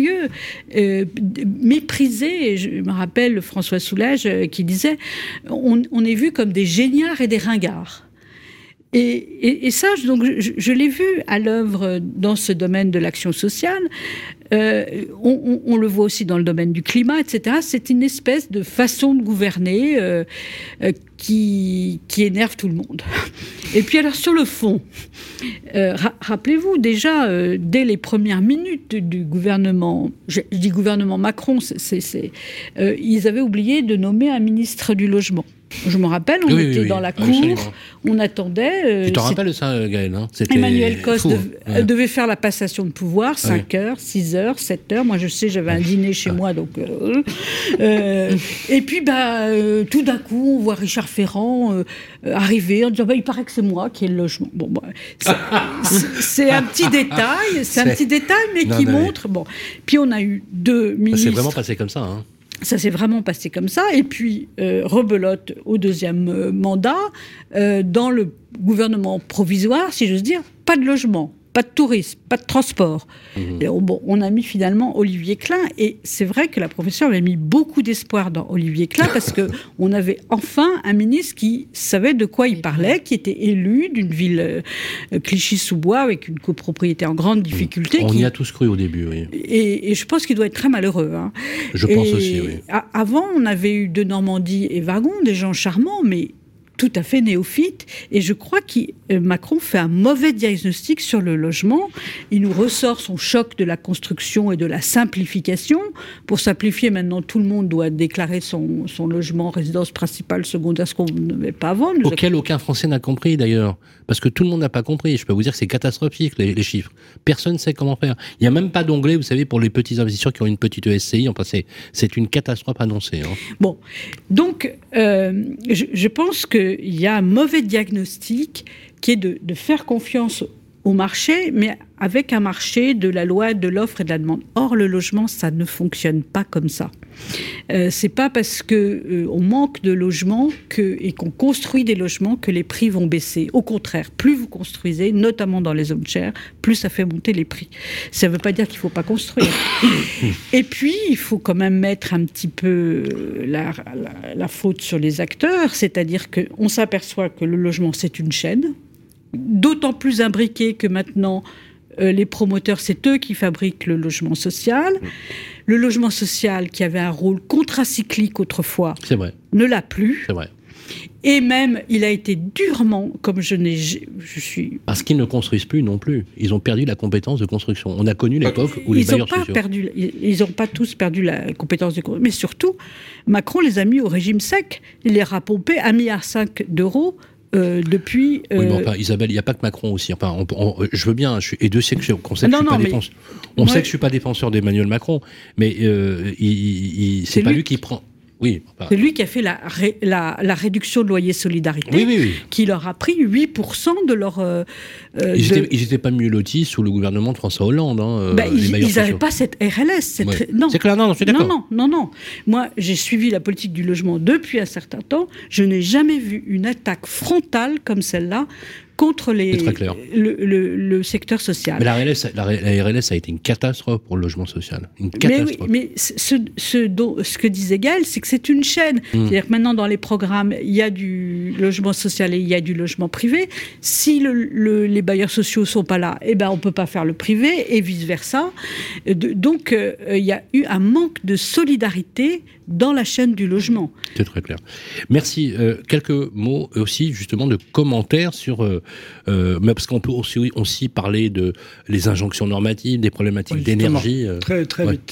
méprisés. Je me rappelle François Soulages qui disait on est vus comme des géniards et des ringards. Et ça, donc, je l'ai vu à l'œuvre dans ce domaine de l'action sociale. On le voit aussi dans le domaine du climat, etc. C'est une espèce de façon de gouverner qui énerve tout le monde. Et puis alors sur le fond, rappelez-vous déjà, dès les premières minutes du gouvernement, je dis gouvernement Macron, ils avaient oublié de nommer un ministre du logement. Je me rappelle, on était dans la cour, on attendait... tu t'en rappelles de ça, Gaël, hein? Emmanuel Cos devait faire la passation de pouvoir, 5 heures, 6 heures, 7 heures. Moi, je sais, j'avais un dîner chez moi, donc... et puis, tout d'un coup, on voit Richard Ferrand arriver en disant il paraît que c'est moi qui ai le logement. Bon, c'est un petit détail, mais qui montre... Bon. Puis, on a eu 2 ministres... C'est vraiment passé comme ça, hein. Ça s'est vraiment passé comme ça. Et puis, rebelote au 2e mandat, dans le gouvernement provisoire, si j'ose dire, pas de logement, pas de tourisme, pas de transport. Et on a mis finalement Olivier Klein. Et c'est vrai que la professeure avait mis beaucoup d'espoir dans Olivier Klein parce qu'on avait enfin un ministre qui savait de quoi il parlait, qui était élu d'une ville Clichy-sous-Bois avec une copropriété en grande difficulté. On y a tous cru au début, oui. Et je pense qu'il doit être très malheureux. Hein. Je pense aussi, oui. Avant, on avait eu de Normandie et Wagon, des gens charmants, mais tout à fait néophyte, et je crois que Macron fait un mauvais diagnostic sur le logement. Il nous ressort son choc de la construction et de la simplification. Pour simplifier, maintenant, tout le monde doit déclarer son logement, résidence principale, secondaire, ce qu'on n'avait pas avant. Auquel aucun Français n'a compris, d'ailleurs. Parce que tout le monde n'a pas compris. Je peux vous dire que c'est catastrophique, les chiffres. Personne ne sait comment faire. Il n'y a même pas d'onglet, vous savez, pour les petits investisseurs qui ont une petite SCI. Enfin, c'est une catastrophe annoncée. Bon, donc, je pense qu'il y a un mauvais diagnostic qui est de faire confiance au marché, mais avec un marché de la loi de l'offre et de la demande. Or, le logement, ça ne fonctionne pas comme ça. C'est pas parce que on manque de logements et qu'on construit des logements que les prix vont baisser. Au contraire, plus vous construisez, notamment dans les zones chères, plus ça fait monter les prix. Ça ne veut pas dire qu'il ne faut pas construire. Et puis, il faut quand même mettre un petit peu la faute sur les acteurs, c'est-à-dire qu'on s'aperçoit que le logement, c'est une chaîne, d'autant plus imbriquée que maintenant, les promoteurs, c'est eux qui fabriquent le logement social. Le logement social, qui avait un rôle contracyclique autrefois, c'est vrai, ne l'a plus. C'est vrai. Et même, il a été durement, comme je suis... Parce qu'ils ne construisent plus non plus. Ils ont perdu la compétence de construction. On a connu l'époque où les bailleurs sociaux... Ils n'ont pas tous perdu la compétence de construction. Mais surtout, Macron les a mis au régime sec. Il les a pompés 1,5 milliard d'euros depuis... Oui, mais enfin, Isabelle, il n'y a pas que Macron aussi. Enfin, je veux bien, et Dieu sait que qu'on sait que je suis pas défenseur. On sait que je suis pas défenseur d'Emmanuel Macron, mais c'est pas lui qui prend... Oui, c'est lui qui a fait la réduction de loyer solidarité, qui leur a pris 8% de leur... Ils n'étaient pas mieux lotis sous le gouvernement de François Hollande. Ils n'avaient pas cette RLS. Non. C'est clair, non, je suis d'accord. Non. Moi, j'ai suivi la politique du logement depuis un certain temps. Je n'ai jamais vu une attaque frontale comme celle-là contre le secteur social. Mais la RLS a été une catastrophe pour le logement social. Une catastrophe. Mais ce que disait Gaël, c'est que c'est une chaîne. C'est-à-dire que maintenant, dans les programmes, il y a du logement social et il y a du logement privé. Si les bailleurs sociaux ne sont pas là, on ne peut pas faire le privé et vice-versa. Donc, il y a eu un manque de solidarité dans la chaîne du logement. C'est très clair. Merci. Quelques mots aussi, justement, de commentaires sur... mais parce qu'on peut aussi parler de les injonctions normatives, des problématiques d'énergie. Très vite.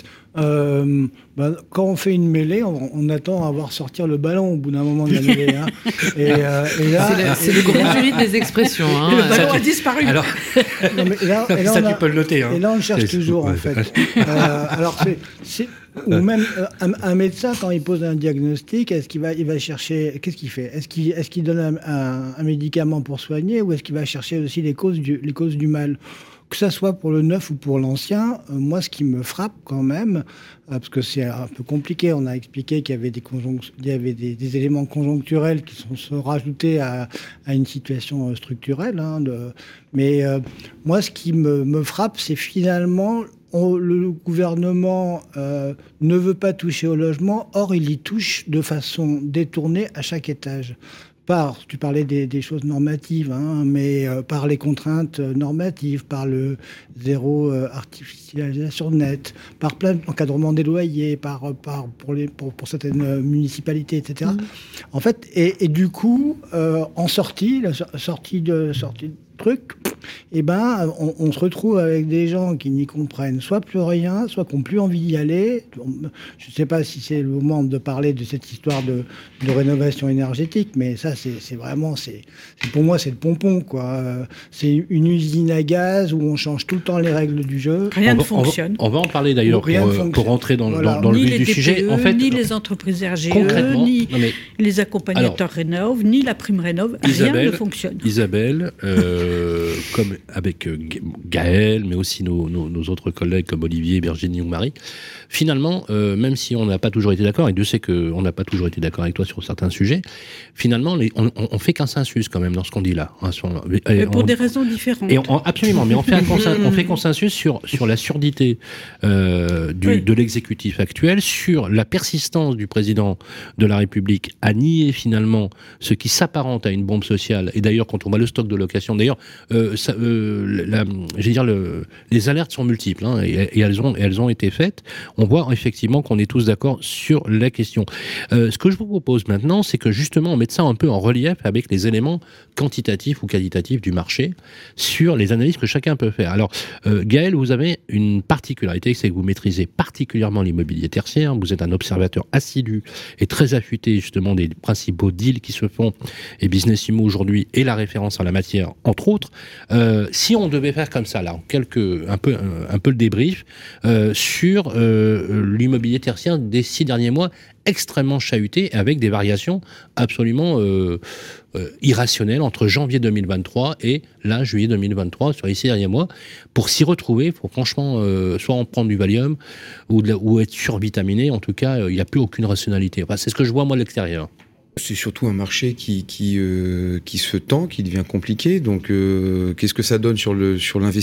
Quand on fait une mêlée, on attend à voir sortir le ballon au bout d'un moment de la mêlée. Hein. Et là, c'est le grand juriste des expressions. Hein. Le ballon a disparu. Alors, ça, tu peux le noter. Hein. Et là, on le cherche toujours, en fait. Ou même un médecin, quand il pose un diagnostic, il va chercher... Qu'est-ce qu'il fait ? Est-ce qu'il donne un médicament pour soigner, ou est-ce qu'il va chercher aussi les causes du mal ? Que ça soit pour le neuf ou pour l'ancien, moi, ce qui me frappe quand même, parce que c'est un peu compliqué, on a expliqué qu'il y avait des éléments conjoncturels qui sont rajoutés à une situation structurelle. Mais moi, ce qui me frappe, c'est finalement... le gouvernement ne veut pas toucher au logement, or il y touche de façon détournée à chaque étage. Tu parlais des choses normatives, mais par les contraintes normatives, par le zéro artificialisation nette, par plein d'encadrements des loyers, pour certaines municipalités, etc. En fait, et du coup, en sortie de truc, on se retrouve avec des gens qui n'y comprennent soit plus rien, soit qui n'ont plus envie d'y aller. Je ne sais pas si c'est le moment de parler de cette histoire de rénovation énergétique, mais ça, c'est vraiment, pour moi, c'est le pompon, quoi. C'est une usine à gaz où on change tout le temps les règles du jeu. Rien ne fonctionne. On va en parler d'ailleurs pour rentrer dans le vif du sujet. En fait, ni les entreprises RGE, ni les accompagnateurs Rénov', ni la prime Rénov', rien ne fonctionne. Isabelle, comme avec Gaël, mais aussi nos autres collègues comme Olivier, Virginie ou Marie, finalement, même si on n'a pas toujours été d'accord, et Dieu sait qu'on n'a pas toujours été d'accord avec toi sur certains sujets, finalement, on fait consensus quand même dans ce qu'on dit là. Pour des raisons différentes. Absolument, mais on fait consensus sur la surdité de l'exécutif actuel, sur la persistance du président de la République à nier finalement ce qui s'apparente à une bombe sociale. Et d'ailleurs, quand on voit le stock de location, d'ailleurs, dire, les alertes sont multiples, hein, et elles ont été faites. On voit effectivement qu'on est tous d'accord sur la question. Ce que je vous propose maintenant, c'est que justement on mette ça un peu en relief avec les éléments quantitatifs ou qualitatifs du marché sur les analyses que chacun peut faire. Alors, Gaël, vous avez une particularité, c'est que vous maîtrisez particulièrement l'immobilier tertiaire. Vous êtes un observateur assidu et très affûté justement des principaux deals qui se font, et Business Immo aujourd'hui est la référence en la matière, entre autres. Si on devait faire comme ça, là, un peu le débrief sur l'immobilier tertiaire des 6 derniers mois, extrêmement chahuté, avec des variations absolument irrationnelles entre janvier 2023 et là, juillet 2023, sur les 6 derniers mois. Pour s'y retrouver, il faut franchement soit en prendre du Valium ou être survitaminé. En tout cas, il n'y a plus aucune rationalité. Enfin, c'est ce que je vois moi de l'extérieur. C'est surtout un marché qui se tend, qui devient compliqué. Donc, qu'est-ce que ça donne sur l'investissement ?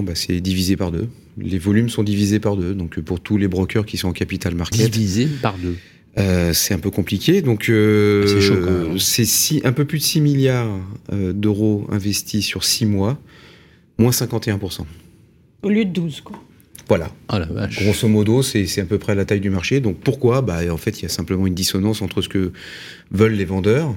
C'est divisé par 2. Les volumes sont divisés par 2. Donc, pour tous les brokers qui sont en capital market, divisé par 2. C'est un peu compliqué. Donc, c'est chaud quand même. C'est un peu plus de 6 milliards d'euros investis sur 6 mois, moins 51%. Au lieu de 12, quoi. Voilà. Oh la vache. Grosso modo, c'est à peu près la taille du marché. Donc pourquoi ? En fait, il y a simplement une dissonance entre ce que veulent les vendeurs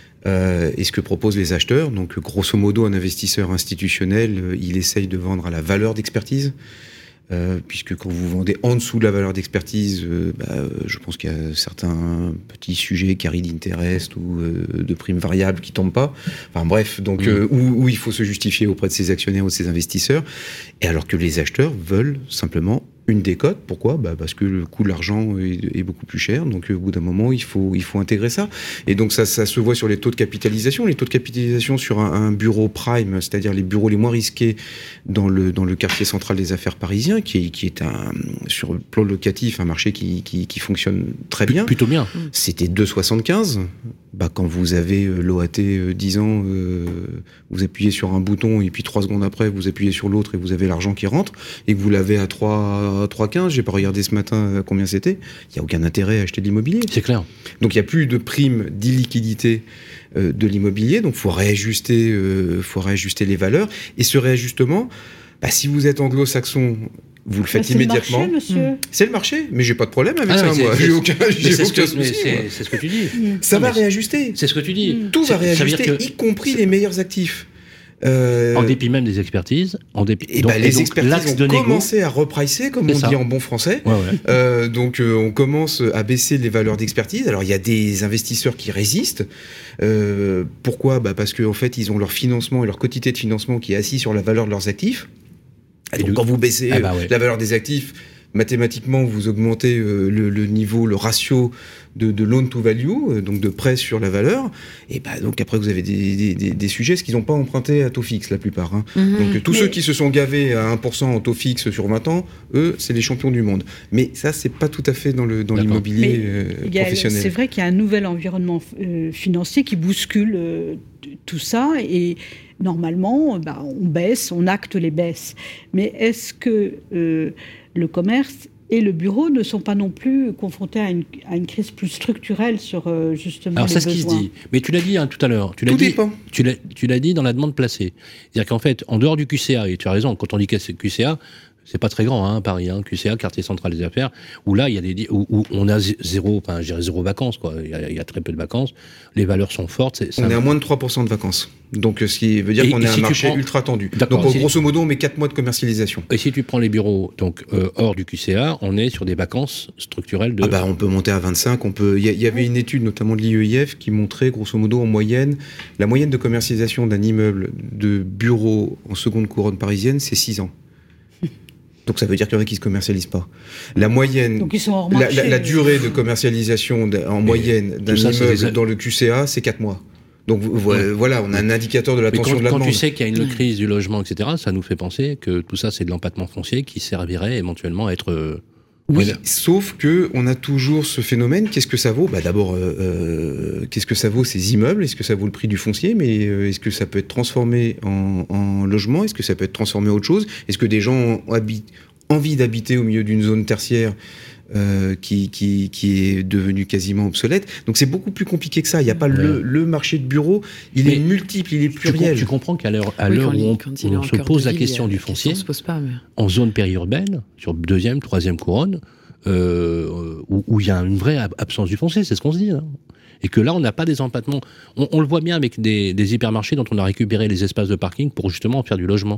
et ce que proposent les acheteurs. Donc grosso modo, un investisseur institutionnel, il essaye de vendre à la valeur d'expertise. Puisque quand vous vendez en dessous de la valeur d'expertise, je pense qu'il y a certains petits sujets, carry d'interest ou de primes variables qui tombent pas. Enfin bref, donc où il faut se justifier auprès de ses actionnaires ou de ses investisseurs, et alors que les acheteurs veulent simplement une décote. Pourquoi ? Parce que le coût de l'argent est beaucoup plus cher, donc au bout d'un moment, il faut intégrer ça. Et donc ça se voit sur les taux de capitalisation. Les taux de capitalisation sur un bureau prime, c'est-à-dire les bureaux les moins risqués dans le quartier central des affaires parisien, qui est sur le plan locatif, un marché qui fonctionne très bien. Plutôt bien. C'était 2,75. Quand vous avez l'OAT 10 ans, vous appuyez sur un bouton et puis 3 secondes après, vous appuyez sur l'autre et vous avez l'argent qui rentre, et que vous l'avez à 3,15, j'ai pas regardé ce matin combien c'était, il n'y a aucun intérêt à acheter de l'immobilier. C'est clair. Donc il n'y a plus de prime d'illiquidité de l'immobilier, donc il faut réajuster les valeurs. Et ce réajustement, si vous êtes anglo-saxon, vous le faites immédiatement. C'est le marché, monsieur. C'est le marché, mais j'ai pas de problème avec ça, moi. J'ai aucun souci. C'est ce que tu dis. Ça va réajuster. C'est ce que tu dis. Tout va réajuster, y compris les meilleurs actifs. En dépit même des expertises. Les expertises ont commencé à repricer, comme on dit en bon français. Ouais. Donc on commence à baisser les valeurs d'expertise. Alors il y a des investisseurs qui résistent. Pourquoi ? Parce qu'en fait, ils ont leur financement et leur quotité de financement qui est assis sur la valeur de leurs actifs. Et donc, quand vous baissez la valeur des actifs, mathématiquement, vous augmentez le niveau, le ratio de loan to value, donc de prêt sur la valeur. Et donc après, vous avez des sujets, ce qu'ils n'ont pas emprunté à taux fixe, la plupart. Hein. Donc tous ceux qui se sont gavés à 1% en taux fixe sur 20 ans, eux, c'est les champions du monde. Mais ça, c'est pas tout à fait dans l'immobilier professionnel. C'est vrai qu'il y a un nouvel environnement financier qui bouscule tout ça, et normalement, on baisse, on acte les baisses. Mais est-ce que le commerce et le bureau ne sont pas non plus confrontés à une crise plus structurelle sur justement les besoins ? Alors c'est ce qui se dit. Mais tu l'as dit tout à l'heure. Tout dépend. Tu l'as dit dans la demande placée. C'est-à-dire qu'en fait, en dehors du QCA, et tu as raison, quand on dit QCA, c'est pas très grand, Paris, QCA, quartier central des affaires, où là, il y a où on a zéro vacances, quoi. Il y a très peu de vacances. Les valeurs sont fortes. On est à moins de 3% de vacances. Donc, ce qui veut dire qu'on est un marché ultra tendu. Donc, grosso modo, on met 4 mois de commercialisation. Et si tu prends les bureaux, donc, hors du QCA, on est sur des vacances structurelles de... on peut monter à 25. Il y avait une étude, notamment de l'IEIF, qui montrait, grosso modo, en moyenne, la moyenne de commercialisation d'un immeuble de bureau en seconde couronne parisienne, c'est 6 ans. Donc ça veut dire qu'il y en a qui ne se commercialisent pas. La moyenne, donc ils sont hors marché, la durée de commercialisation en moyenne d'un immeuble dans le QCA, c'est 4 mois. Donc voilà, on a un indicateur de la tension de la demande. Quand tu sais qu'il y a une crise du logement, etc., ça nous fait penser que tout ça, c'est de l'empattement foncier qui servirait éventuellement à être... Oui, sauf que on a toujours ce phénomène. Qu'est-ce que ça vaut ? D'abord, qu'est-ce que ça vaut ces immeubles ? Est-ce que ça vaut le prix du foncier ? Mais est-ce que ça peut être transformé en logement ? Est-ce que ça peut être transformé en autre chose ? Est-ce que des gens ont envie d'habiter au milieu d'une zone tertiaire qui est devenu quasiment obsolète. Donc c'est beaucoup plus compliqué que ça. Il n'y a pas le marché de bureau, il est multiple, il est pluriel. Tu comprends qu'à l'heure où on se pose la question du foncier, en zone périurbaine, sur 2e, 3e couronne, où il y a une vraie absence du foncier, c'est ce qu'on se dit. Hein. Et que là, on n'a pas des empattements. On le voit bien avec des hypermarchés dont on a récupéré les espaces de parking pour justement faire du logement.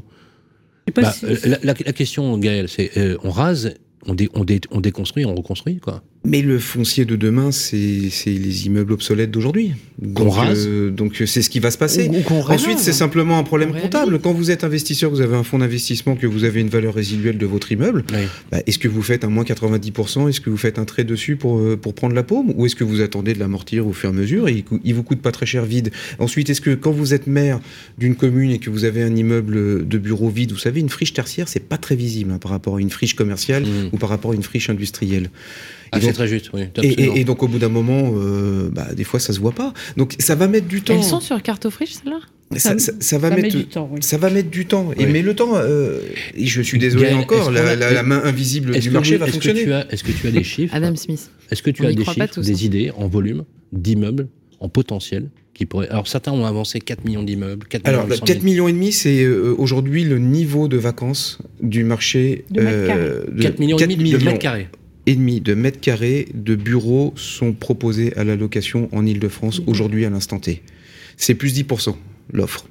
La question, Gaël, c'est on rase, on déconstruit, on reconstruit, quoi. Mais le foncier de demain, c'est les immeubles obsolètes d'aujourd'hui. Qu'on rase. Donc c'est ce qui va se passer. Ensuite, c'est simplement un problème comptable. Quand vous êtes investisseur, vous avez un fonds d'investissement, que vous avez une valeur résiduelle de votre immeuble, est-ce que vous faites un moins 90%? Est-ce que vous faites un trait dessus pour prendre la paume? Ou est-ce que vous attendez de l'amortir au fur et à mesure et il vous coûte pas très cher vide? Ensuite, est-ce que quand vous êtes maire d'une commune et que vous avez un immeuble de bureau vide, vous savez, une friche tertiaire, c'est pas très visible par rapport à une friche commerciale ou par rapport à une friche industrielle. C'est très juste, oui. Et donc, au bout d'un moment, des fois, ça se voit pas. Donc, ça va mettre du temps. Elles sont sur carte aux friches, celles-là ? Ça va mettre du temps. Oui. Ça va mettre du temps. Oui. Mais le temps, et je suis désolé encore, la main invisible du marché va fonctionner. Est-ce que tu as des chiffres Adam Smith. Est-ce que tu as des chiffres, des idées en volume d'immeubles, en potentiel qui pourraient... Alors, certains ont avancé 4 millions d'immeubles. 4 millions et demi, c'est aujourd'hui le niveau de vacances du marché. De mètres carrés. 4 millions et demi de mètres carrés. Et demi de mètres carrés de bureaux sont proposés à la location en Ile-de-France aujourd'hui à l'instant T. C'est plus 10% l'offre.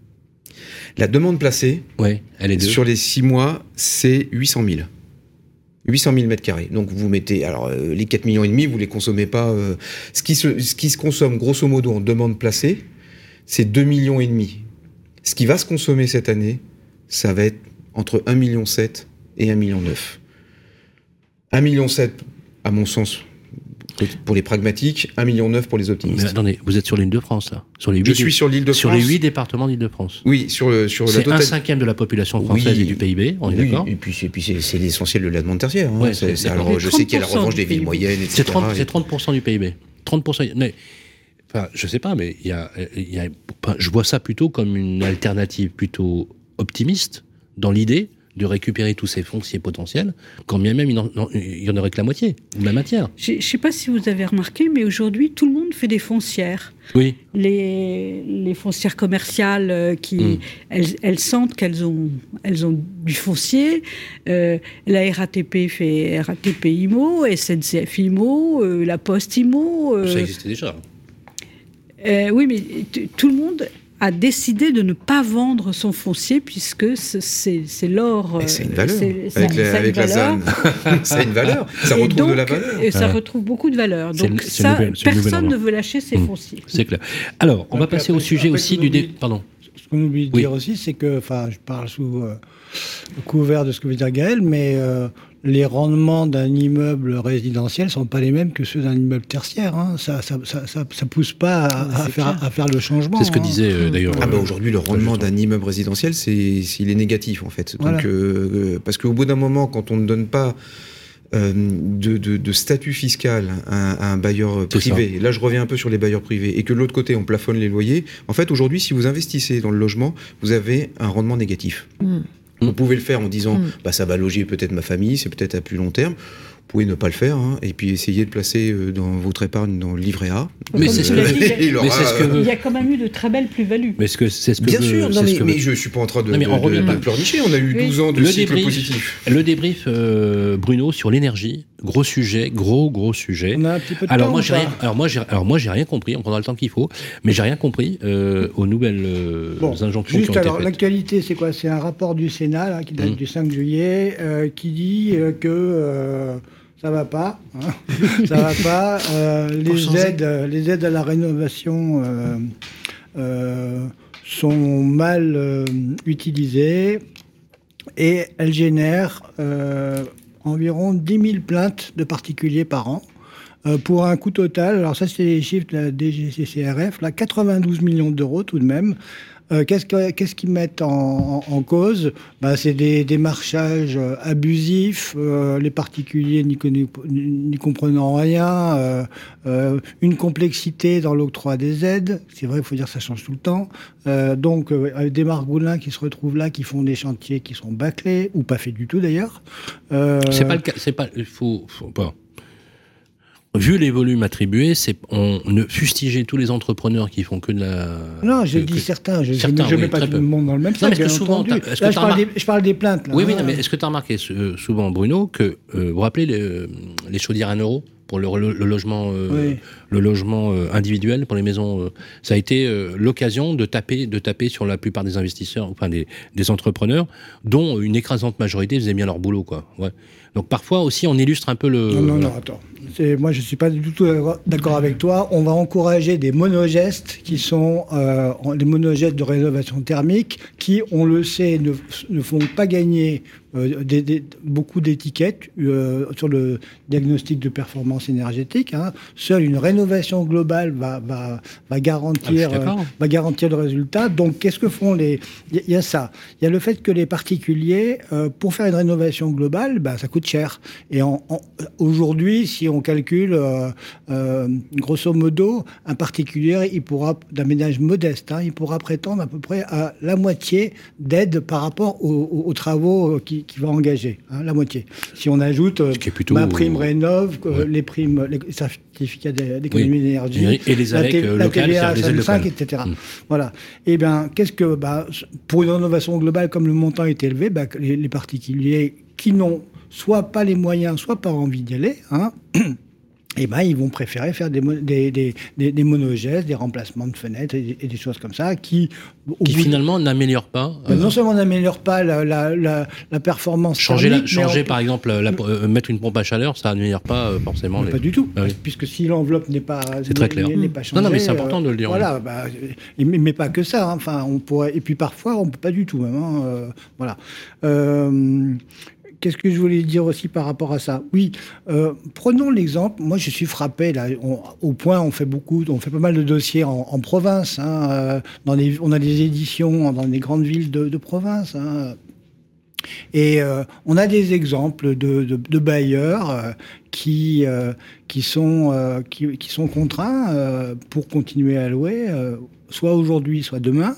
La demande placée, elle est sur les 6 mois, c'est 800 000. 800 000 mètres carrés. Donc vous mettez, alors les 4 millions et demi, vous les consommez pas. Ce qui se consomme grosso modo en demande placée, c'est 2 millions et demi. Ce qui va se consommer cette année, ça va être entre 1,7 million et 1,9 million. 1,7 million, à mon sens, pour les pragmatiques, 1,9 million pour les optimistes. Mais attendez, vous êtes sur l'Île-de-France, là. Je suis sur l'Île-de-France. Sur les 8 départements d'Île-de-France. Oui, sur la c'est 1/5 de la population française et du PIB, on est d'accord ? Et puis c'est l'essentiel de la demande tertiaire. Hein. Alors, je sais qu'il y a la revanche des villes moyennes, etc. C'est 30% du PIB. 30%. Mais, enfin, je sais pas, mais je vois ça plutôt comme une alternative plutôt optimiste dans l'idée de récupérer tous ces fonciers potentiels, quand bien même il y en aurait que la moitié, de la matière. Je ne sais pas si vous avez remarqué, mais aujourd'hui, tout le monde fait des foncières. Oui. Les foncières commerciales, elles sentent qu'elles ont du foncier. La RATP fait RATP IMO, SNCF IMO, la Poste IMO. Ça existait déjà. Oui, mais tout le monde a décidé de ne pas vendre son foncier puisque c'est l'or. C'est une valeur. Avec la ZAN. C'est une valeur. Ça retrouve de la valeur. Et ça retrouve beaucoup de valeur. Donc personne ne veut lâcher ses fonciers. C'est clair. Alors, on va passer au sujet aussi du... Pardon. Ce qu'on oublie de dire aussi, c'est que, je parle sous le couvert de ce que veut dire Gaël, mais les rendements d'un immeuble résidentiel ne sont pas les mêmes que ceux d'un immeuble tertiaire. Hein. Ça pousse pas à faire le changement. C'est ce que disait d'ailleurs... aujourd'hui, le rendement d'un immeuble résidentiel, il est négatif, en fait. Voilà. Donc, parce qu'au bout d'un moment, quand on ne donne pas de statut fiscal à un bailleur privé, là je reviens un peu sur les bailleurs privés, et que de l'autre côté on plafonne les loyers, en fait aujourd'hui si vous investissez dans le logement, vous avez un rendement négatif. Vous pouvez le faire en disant ça va loger peut-être ma famille, c'est peut-être à plus long terme. Vous pouvez ne pas le faire, et puis essayer de placer dans votre épargne dans le livret A. Mais c'est ce que il y a quand même eu de très belles plus-values. Mais c'est ce que bien sûr, mais je suis pas en train de pleurnicher. On a eu 12 ans de cycle positif. Le débrief, Bruno, sur l'énergie, gros sujet, gros sujet. On a un petit peu de alors temps. Moi j'ai rien compris. On prendra le temps qu'il faut, mais j'ai rien compris aux nouvelles injonctions qui ont été faites. L'actualité, c'est quoi ? C'est un rapport du Sénat là, qui date du 5 juillet qui dit que ça va pas. Ça va pas. Les aides à la rénovation sont mal utilisées et elles génèrent environ 10 000 plaintes de particuliers par an. Pour un coût total, alors ça c'est les chiffres de la DGCCRF, là, 92 millions d'euros tout de même, Qu'est-ce qu'ils mettent en cause ? C'est des démarchages abusifs, les particuliers n'y comprenant rien, une complexité dans l'octroi des aides. C'est vrai, il faut dire que ça change tout le temps. Donc, des margoulins qui se retrouvent là, qui font des chantiers qui sont bâclés, ou pas faits du tout d'ailleurs. C'est pas le cas. Il faut pas. Vu les volumes attribués, on ne fustigeait tous les entrepreneurs qui font que de la... Non, j'ai dit certains. Je ne mets pas tout le monde dans le même sac, bien entendu. Là, je parle des plaintes. Là, oui, non, mais est-ce que tu as remarqué souvent, Bruno, que vous vous rappelez les chaudières à 1 euro pour le logement, le logement individuel pour les maisons, ça a été l'occasion de taper sur la plupart des investisseurs, enfin des entrepreneurs, dont une écrasante majorité faisaient bien leur boulot, quoi. Ouais. Donc parfois aussi, on illustre un peu le... Non, attends. Moi, je ne suis pas du tout d'accord avec toi. On va encourager des monogestes qui sont des monogestes de rénovation thermique qui, on le sait, ne font pas gagner beaucoup d'étiquettes sur le diagnostic de performance énergétique. Hein. Seule une rénovation globale va garantir le résultat. Donc, qu'est-ce que font les... Il y a ça. Il y a le fait que les particuliers, pour faire une rénovation globale, ça coûte cher. Et aujourd'hui, si on calcule, grosso modo, un particulier, d'un ménage modeste, il pourra prétendre à peu près à la moitié d'aide par rapport aux travaux qu'il va engager, la moitié. Si on ajoute ma prime rénov, les certificats d'économie d'énergie, et les ALEC la TVA 5, etc. Voilà. Et bien, pour une rénovation globale, comme le montant est élevé, les particuliers qui n'ont soit pas les moyens, soit pas envie d'y aller, ils vont préférer faire des monogestes, des remplacements de fenêtres et des choses comme ça qui finalement n'améliorent pas. Non seulement n'améliorent pas la performance changer par exemple, mettre une pompe à chaleur, ça n'améliore pas forcément. Pas du tout, puisque si l'enveloppe n'est pas changée. Non, mais c'est important de le dire. Voilà, mais pas que ça. Enfin, on pourrait, et puis parfois, on peut pas du tout même. Voilà. Qu'est-ce que je voulais dire aussi par rapport à ça ? Oui, prenons l'exemple. Moi, je suis frappé là. Au Point, on fait pas mal de dossiers en province. On a des éditions dans des grandes villes de province. Et on a des exemples de bailleurs qui sont contraints pour continuer à louer. Soit aujourd'hui, soit demain,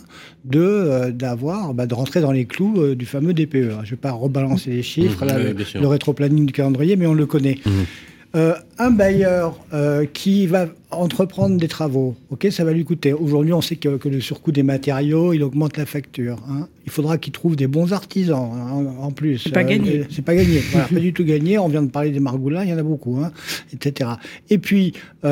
de rentrer dans les clous du fameux DPE. Je ne vais pas rebalancer les chiffres, le rétroplanning du calendrier, mais on le connaît. Un bailleur qui va entreprendre des travaux, ça va lui coûter. Aujourd'hui, on sait que le surcoût des matériaux, il augmente la facture. Il faudra qu'il trouve des bons artisans en plus. C'est pas gagné. C'est pas gagné. Voilà, pas du tout gagné. On vient de parler des margoulins, il y en a beaucoup, etc. Et puis...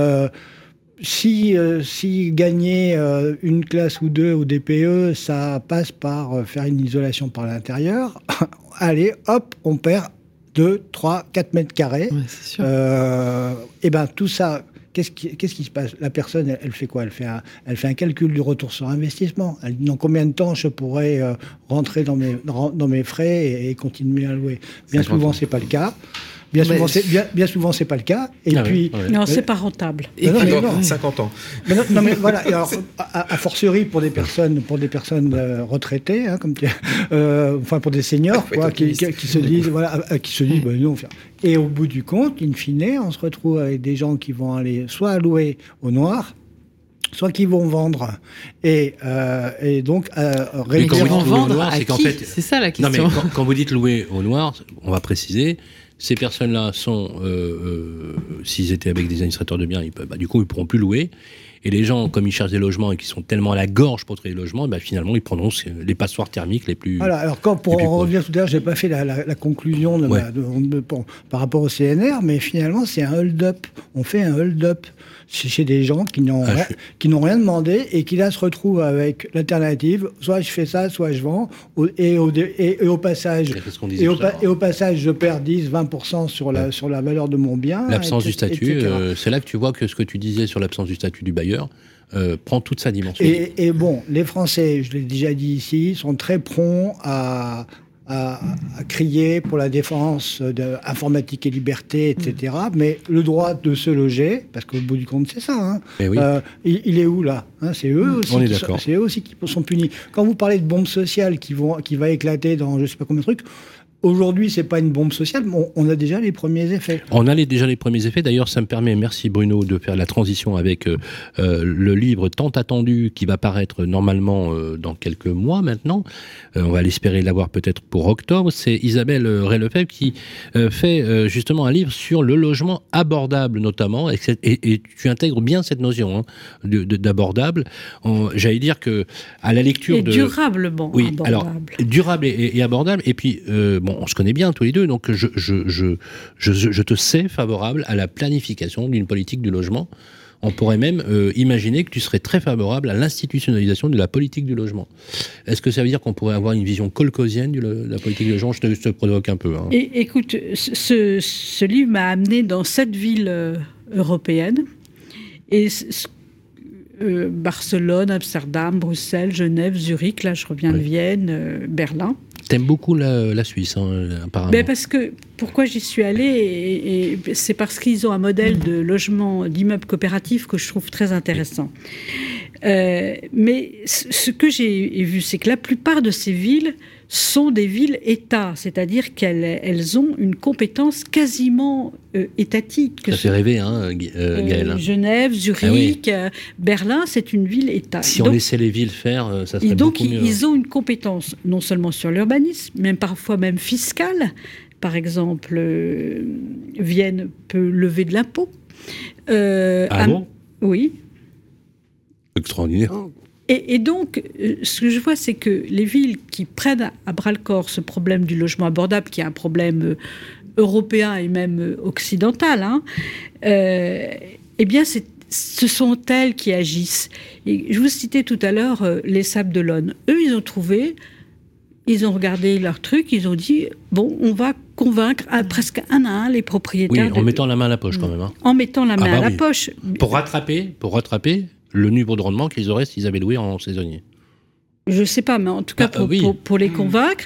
Si gagner une classe ou deux au DPE, ça passe par faire une isolation par l'intérieur, allez, hop, on perd 2, 3, 4 mètres carrés. Ouais, c'est sûr. Tout ça, qu'est-ce qui se passe ? La personne, elle fait quoi ? Elle fait un calcul du retour sur investissement. Elle dit dans combien de temps je pourrais rentrer dans mes frais et continuer à louer ? Bien souvent, c'est pas le cas. Bien souvent, c'est pas le cas. Et puis, non, c'est pas rentable. Et 50 ans. Non, mais voilà. Alors, a fortiori pour des personnes retraitées, pour des seniors, qui se disent, non. Et au bout du compte, in fine, on se retrouve avec des gens qui vont aller soit louer au noir, soit qui vont vendre et donc réduire. Vont vendre à qui ? C'est ça la question. Non, mais quand vous dites louer au noir, on va préciser. Ces personnes-là sont, s'ils étaient avec des administrateurs de biens, ils pourront plus louer. Et les gens, comme ils cherchent des logements et qui sont tellement à la gorge pour trouver des logements, finalement, ils prendront les passoires thermiques les plus... Voilà, alors pour en revenir tout à l'heure, je n'ai pas fait la conclusion par rapport au CNR, mais finalement, c'est un hold-up. On fait un hold-up chez des gens qui n'ont rien demandé et qui là se retrouvent avec l'alternative, soit je fais ça, soit je vends, et au passage, je perds 10-20% sur la valeur de mon bien. L'absence du statut, c'est là que tu vois que ce que tu disais sur l'absence du statut du bailleur prend toute sa dimension. Et bon, les Français, je l'ai déjà dit ici, sont très prompts à à crier pour la défense de informatique et liberté, etc. Mais le droit de se loger, parce qu'au bout du compte, c'est ça. Hein, oui. Il est où là, hein, c'est eux aussi. C'est eux aussi qui sont punis. Quand vous parlez de bombes sociales qui va éclater dans je sais pas combien de trucs. Aujourd'hui, c'est pas une bombe sociale, mais on a déjà les premiers effets. On a déjà les premiers effets. D'ailleurs, ça me permet, merci Bruno, de faire la transition avec le livre tant attendu qui va paraître normalement dans quelques mois maintenant. On va l'espérer l'avoir peut-être pour octobre. C'est Isabelle Ray-Lefebvre qui fait justement un livre sur le logement abordable notamment. Et tu intègres bien cette notion d'abordable. J'allais dire que à la lecture durablement abordable. Alors durable et abordable. Et puis on se connaît bien tous les deux, donc je te sais favorable à la planification d'une politique du logement. On pourrait même imaginer que tu serais très favorable à l'institutionnalisation de la politique du logement. Est-ce que ça veut dire qu'on pourrait avoir une vision kolkhosienne de la politique du logement ? Je te provoque un peu. Hein. Écoute, ce livre m'a amené dans 7 villes européennes. Et Barcelone, Amsterdam, Bruxelles, Genève, Zurich, là je reviens de Vienne, Berlin. T'aimes beaucoup la Suisse, hein, apparemment. Ben parce que, pourquoi j'y suis allée, et c'est parce qu'ils ont un modèle de logement, d'immeuble coopératif que je trouve très intéressant. Mais ce que j'ai vu, c'est que la plupart de ces villes sont des villes-États, c'est-à-dire qu'elles ont une compétence quasiment étatique. Ça fait rêver, hein, Gaël. Genève, Zurich, Berlin, c'est une ville-État. Si on laissait les villes faire, ça serait beaucoup mieux. Donc, ils ont une compétence, non seulement sur l'urbanisme, mais parfois même fiscale. Par exemple, Vienne peut lever de l'impôt. Bon ? Oui. Extraordinaire. Et donc, ce que je vois, c'est que les villes qui prennent à bras-le-corps ce problème du logement abordable, qui est un problème européen et même occidental, eh bien, ce sont elles qui agissent. Et je vous citais tout à l'heure les Sables d'Olonne. Eux, ils ont regardé leur truc, ils ont dit, bon, on va convaincre presque un à un les propriétaires. Oui, en mettant la main à la poche quand même. Hein. En mettant la main à la poche. Pour rattraper le niveau de rendement qu'ils auraient s'ils avaient loué en saisonnier. Je ne sais pas, mais en tout cas pour les convaincre.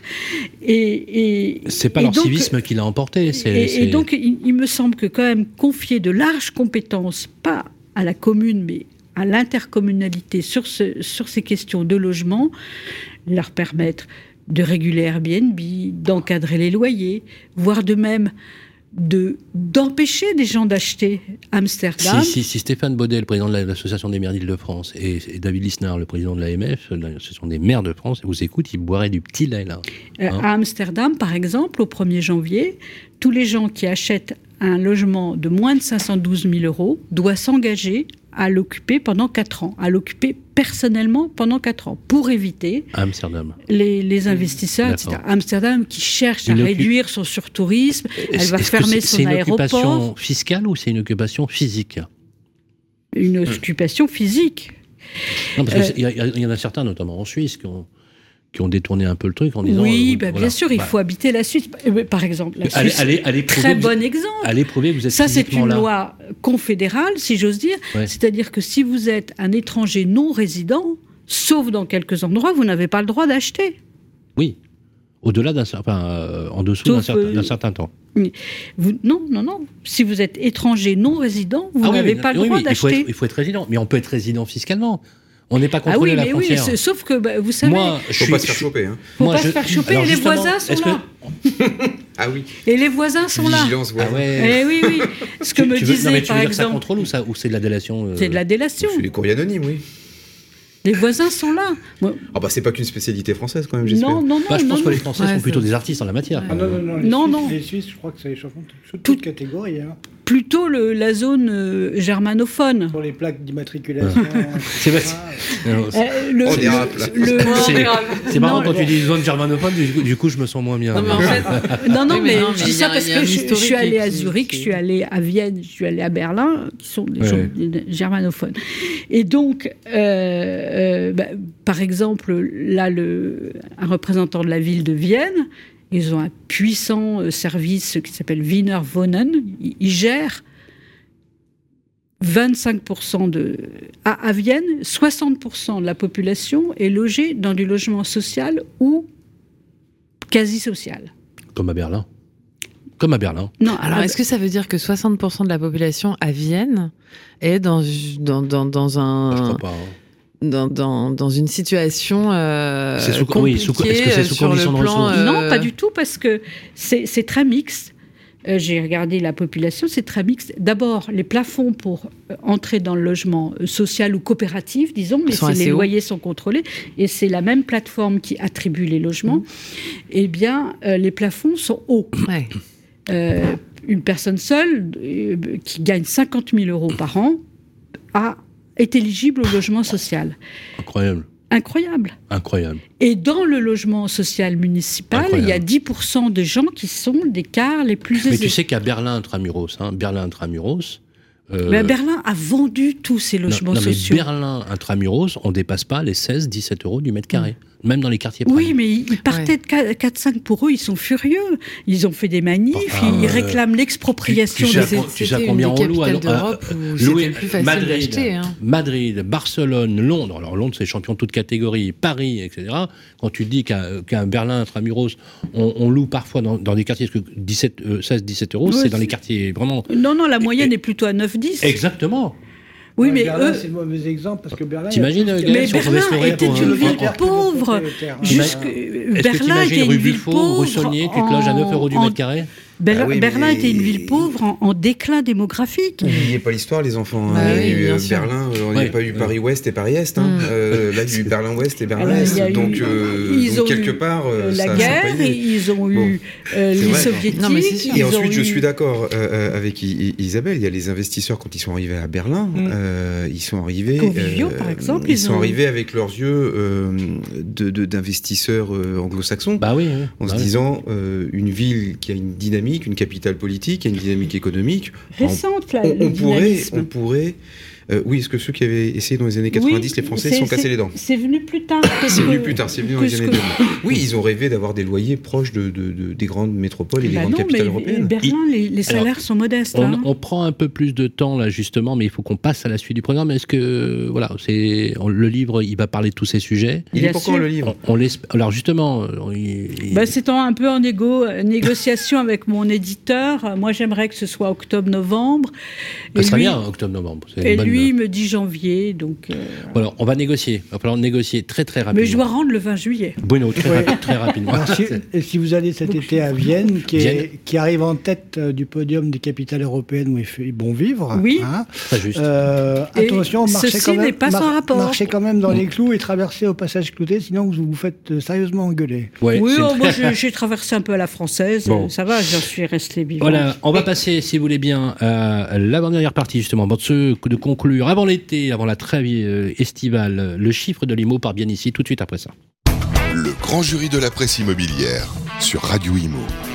C'est pas leur civisme qui l'a emporté. Donc, il me semble que quand même confier de larges compétences, pas à la commune, mais à l'intercommunalité sur ces questions de logement, leur permettre de réguler Airbnb, d'encadrer les loyers, voire de même d'empêcher des gens d'acheter Amsterdam. Si Stéphane Baudet, le président de l'Association des maires d'Île-de-France, et David Lisnard, le président de l'AMF, l'Association des maires de France, vous écoutent, ils boiraient du petit lait, là. À Amsterdam, par exemple, au 1er janvier, tous les gens qui achètent un logement de moins de 512 000 € doivent s'engager à l'occuper pendant 4 ans, à l'occuper personnellement pendant 4 ans, pour éviter les investisseurs, etc. Amsterdam qui cherche à réduire son surtourisme, elle va fermer son aéroport. C'est une occupation fiscale ou c'est une occupation physique ? Une occupation physique. Non, parce qu'il y en a certains, notamment en Suisse, qui ont détourné un peu le truc en disant... Oui, bien sûr, il faut habiter la Suisse. Par exemple, la Suisse, allez très bon exemple. Allez prouver que vous êtes ça, c'est une là. loi confédérale, si j'ose dire. Ouais. C'est-à-dire que si vous êtes un étranger non résident, sauf dans quelques endroits, vous n'avez pas le droit d'acheter. Oui, au-delà en dessous d'un certain temps. Non. Si vous êtes étranger non résident, vous n'avez pas le droit d'acheter. Il faut être résident, mais on peut être résident fiscalement. On n'est pas contrôlé à la frontière. Oui, sauf que, vous savez... Faut pas se faire choper. Hein. Faut pas se faire choper, et les voisins sont là. Ah oui. Et les voisins sont là. Ah ouais. Oui. Ce que me disait, par exemple... Ça contrôle ou c'est de la délation C'est de la délation. C'est des courriers anonymes, oui. Les voisins sont là. C'est pas qu'une spécialité française, quand même, j'espère. Non. Je pense que les Français sont plutôt des artistes en la matière. Non. Les Suisses, je crois que ça échappe toute catégorie. Hein. Plutôt la zone germanophone. Pour les plaques d'immatriculation. C'est vrai. On dérape, là. C'est marrant quand tu dis zone germanophone, du coup je me sens moins bien. Non, mais en fait, mais je dis ça parce que je suis allée à Zurich, je suis allée à Vienne, je suis allée à Berlin, qui sont des gens germanophones. Et donc, par exemple, là, un représentant de la ville de Vienne, ils ont un puissant service qui s'appelle Wiener Wohnen. Ils gèrent 25% à Vienne, 60% de la population est logée dans du logement social ou quasi social. Comme à Berlin. Non, alors est-ce que ça veut dire que 60% de la population à Vienne est dans un... Je crois pas. Dans une situation compliquée est-ce que c'est sous sur condition le de plan... ressources Non, pas du tout, parce que c'est très mixte. J'ai regardé la population, c'est très mixte. D'abord, les plafonds pour entrer dans le logement social ou coopératif, disons, mais les loyers sont contrôlés, et c'est la même plateforme qui attribue les logements, eh bien, les plafonds sont hauts. Ouais. Une personne seule qui gagne 50 000 euros par an est éligible au logement social. Incroyable. Et dans le logement social municipal, il y a 10% de gens qui sont des quarts les plus aisés. Mais tu sais qu'à Berlin Intramuros, Berlin a vendu tous ses logements sociaux. Mais Berlin Intramuros, on ne dépasse pas les 16-17 euros du mètre carré. Même dans les quartiers prime. Oui, mais ils partaient de 4-5 pour eux, ils sont furieux. Ils ont fait des manifs, ils réclament l'expropriation. Tu sais combien on loue d'Europe où c'était le plus facile d'acheter. Madrid, Barcelone, Londres. Alors Londres, c'est champion de toute catégorie. Paris, etc. Quand tu dis qu'à Berlin Intramuros, on loue parfois dans des quartiers, parce que 16-17 euros, c'est dans les quartiers vraiment... Non, la moyenne est plutôt à 9-10. Exactement. Oui, mais Berlin, c'est le mauvais exemple parce que Berlin. T'imagines, mais Berlin était une ville pauvre. Berlin était une ville pauvre. Rue Saulnier, tu te loges à 9 euros du mètre carré. Berlin était une ville pauvre en déclin démographique. N'oubliez pas l'histoire, les enfants. Il y a eu Berlin, on n'a pas eu Paris-Ouest et Paris-Est. Là, il y a eu Berlin-Ouest et Berlin-Est. Donc, quelque part, la guerre, ils ont eu les soviétiques. Et ensuite, je suis d'accord avec Isabelle, il y a les investisseurs, quand ils sont arrivés à Berlin, ils sont arrivés... Convivio, par exemple. Ils sont arrivés avec leurs yeux d'investisseurs anglo-saxons, en se disant, une ville qui a une dynamique, une capitale politique, une dynamique économique. Récente, on pourrait oui, est-ce que ceux qui avaient essayé dans les années 90, les Français se sont cassés les dents? C'est venu plus tard. C'est venu dans les années 2000. Oui, ils ont rêvé d'avoir des loyers proches des grandes métropoles et des grandes capitales européennes. Berlin, les salaires sont modestes. On prend un peu plus de temps, là, justement, mais il faut qu'on passe à la suite du programme. Est-ce que, voilà, le livre, il va parler de tous ces sujets? Il est pourquoi le livre? Alors, justement... c'est un peu en négociation avec mon éditeur. Moi, j'aimerais que ce soit octobre-novembre. Ça serait bien, octobre-novembre. Et lui, il me dit janvier, donc... Alors, on va négocier. Il va falloir négocier très, très rapidement. Mais je dois rendre le 20 juillet. Bueno, très rapidement. Alors, si vous allez cet été à Vienne, qui arrive en tête du podium des capitales européennes où il fait bon vivre... Oui, très juste. Attention, marchez quand même dans les Mm. clous et traversez au passage Cloutier, sinon vous vous faites sérieusement engueuler. Ouais, oui, moi j'ai traversé un peu à la française, ça va, j'en suis resté vivant. Voilà, on va passer, si vous voulez bien, à l'avant-dernière partie, justement, de conclure avant l'été, avant la trêve estivale, le chiffre de l'IMO par bien ici, tout de suite après ça. Le grand jury de la presse immobilière sur Radio Imo.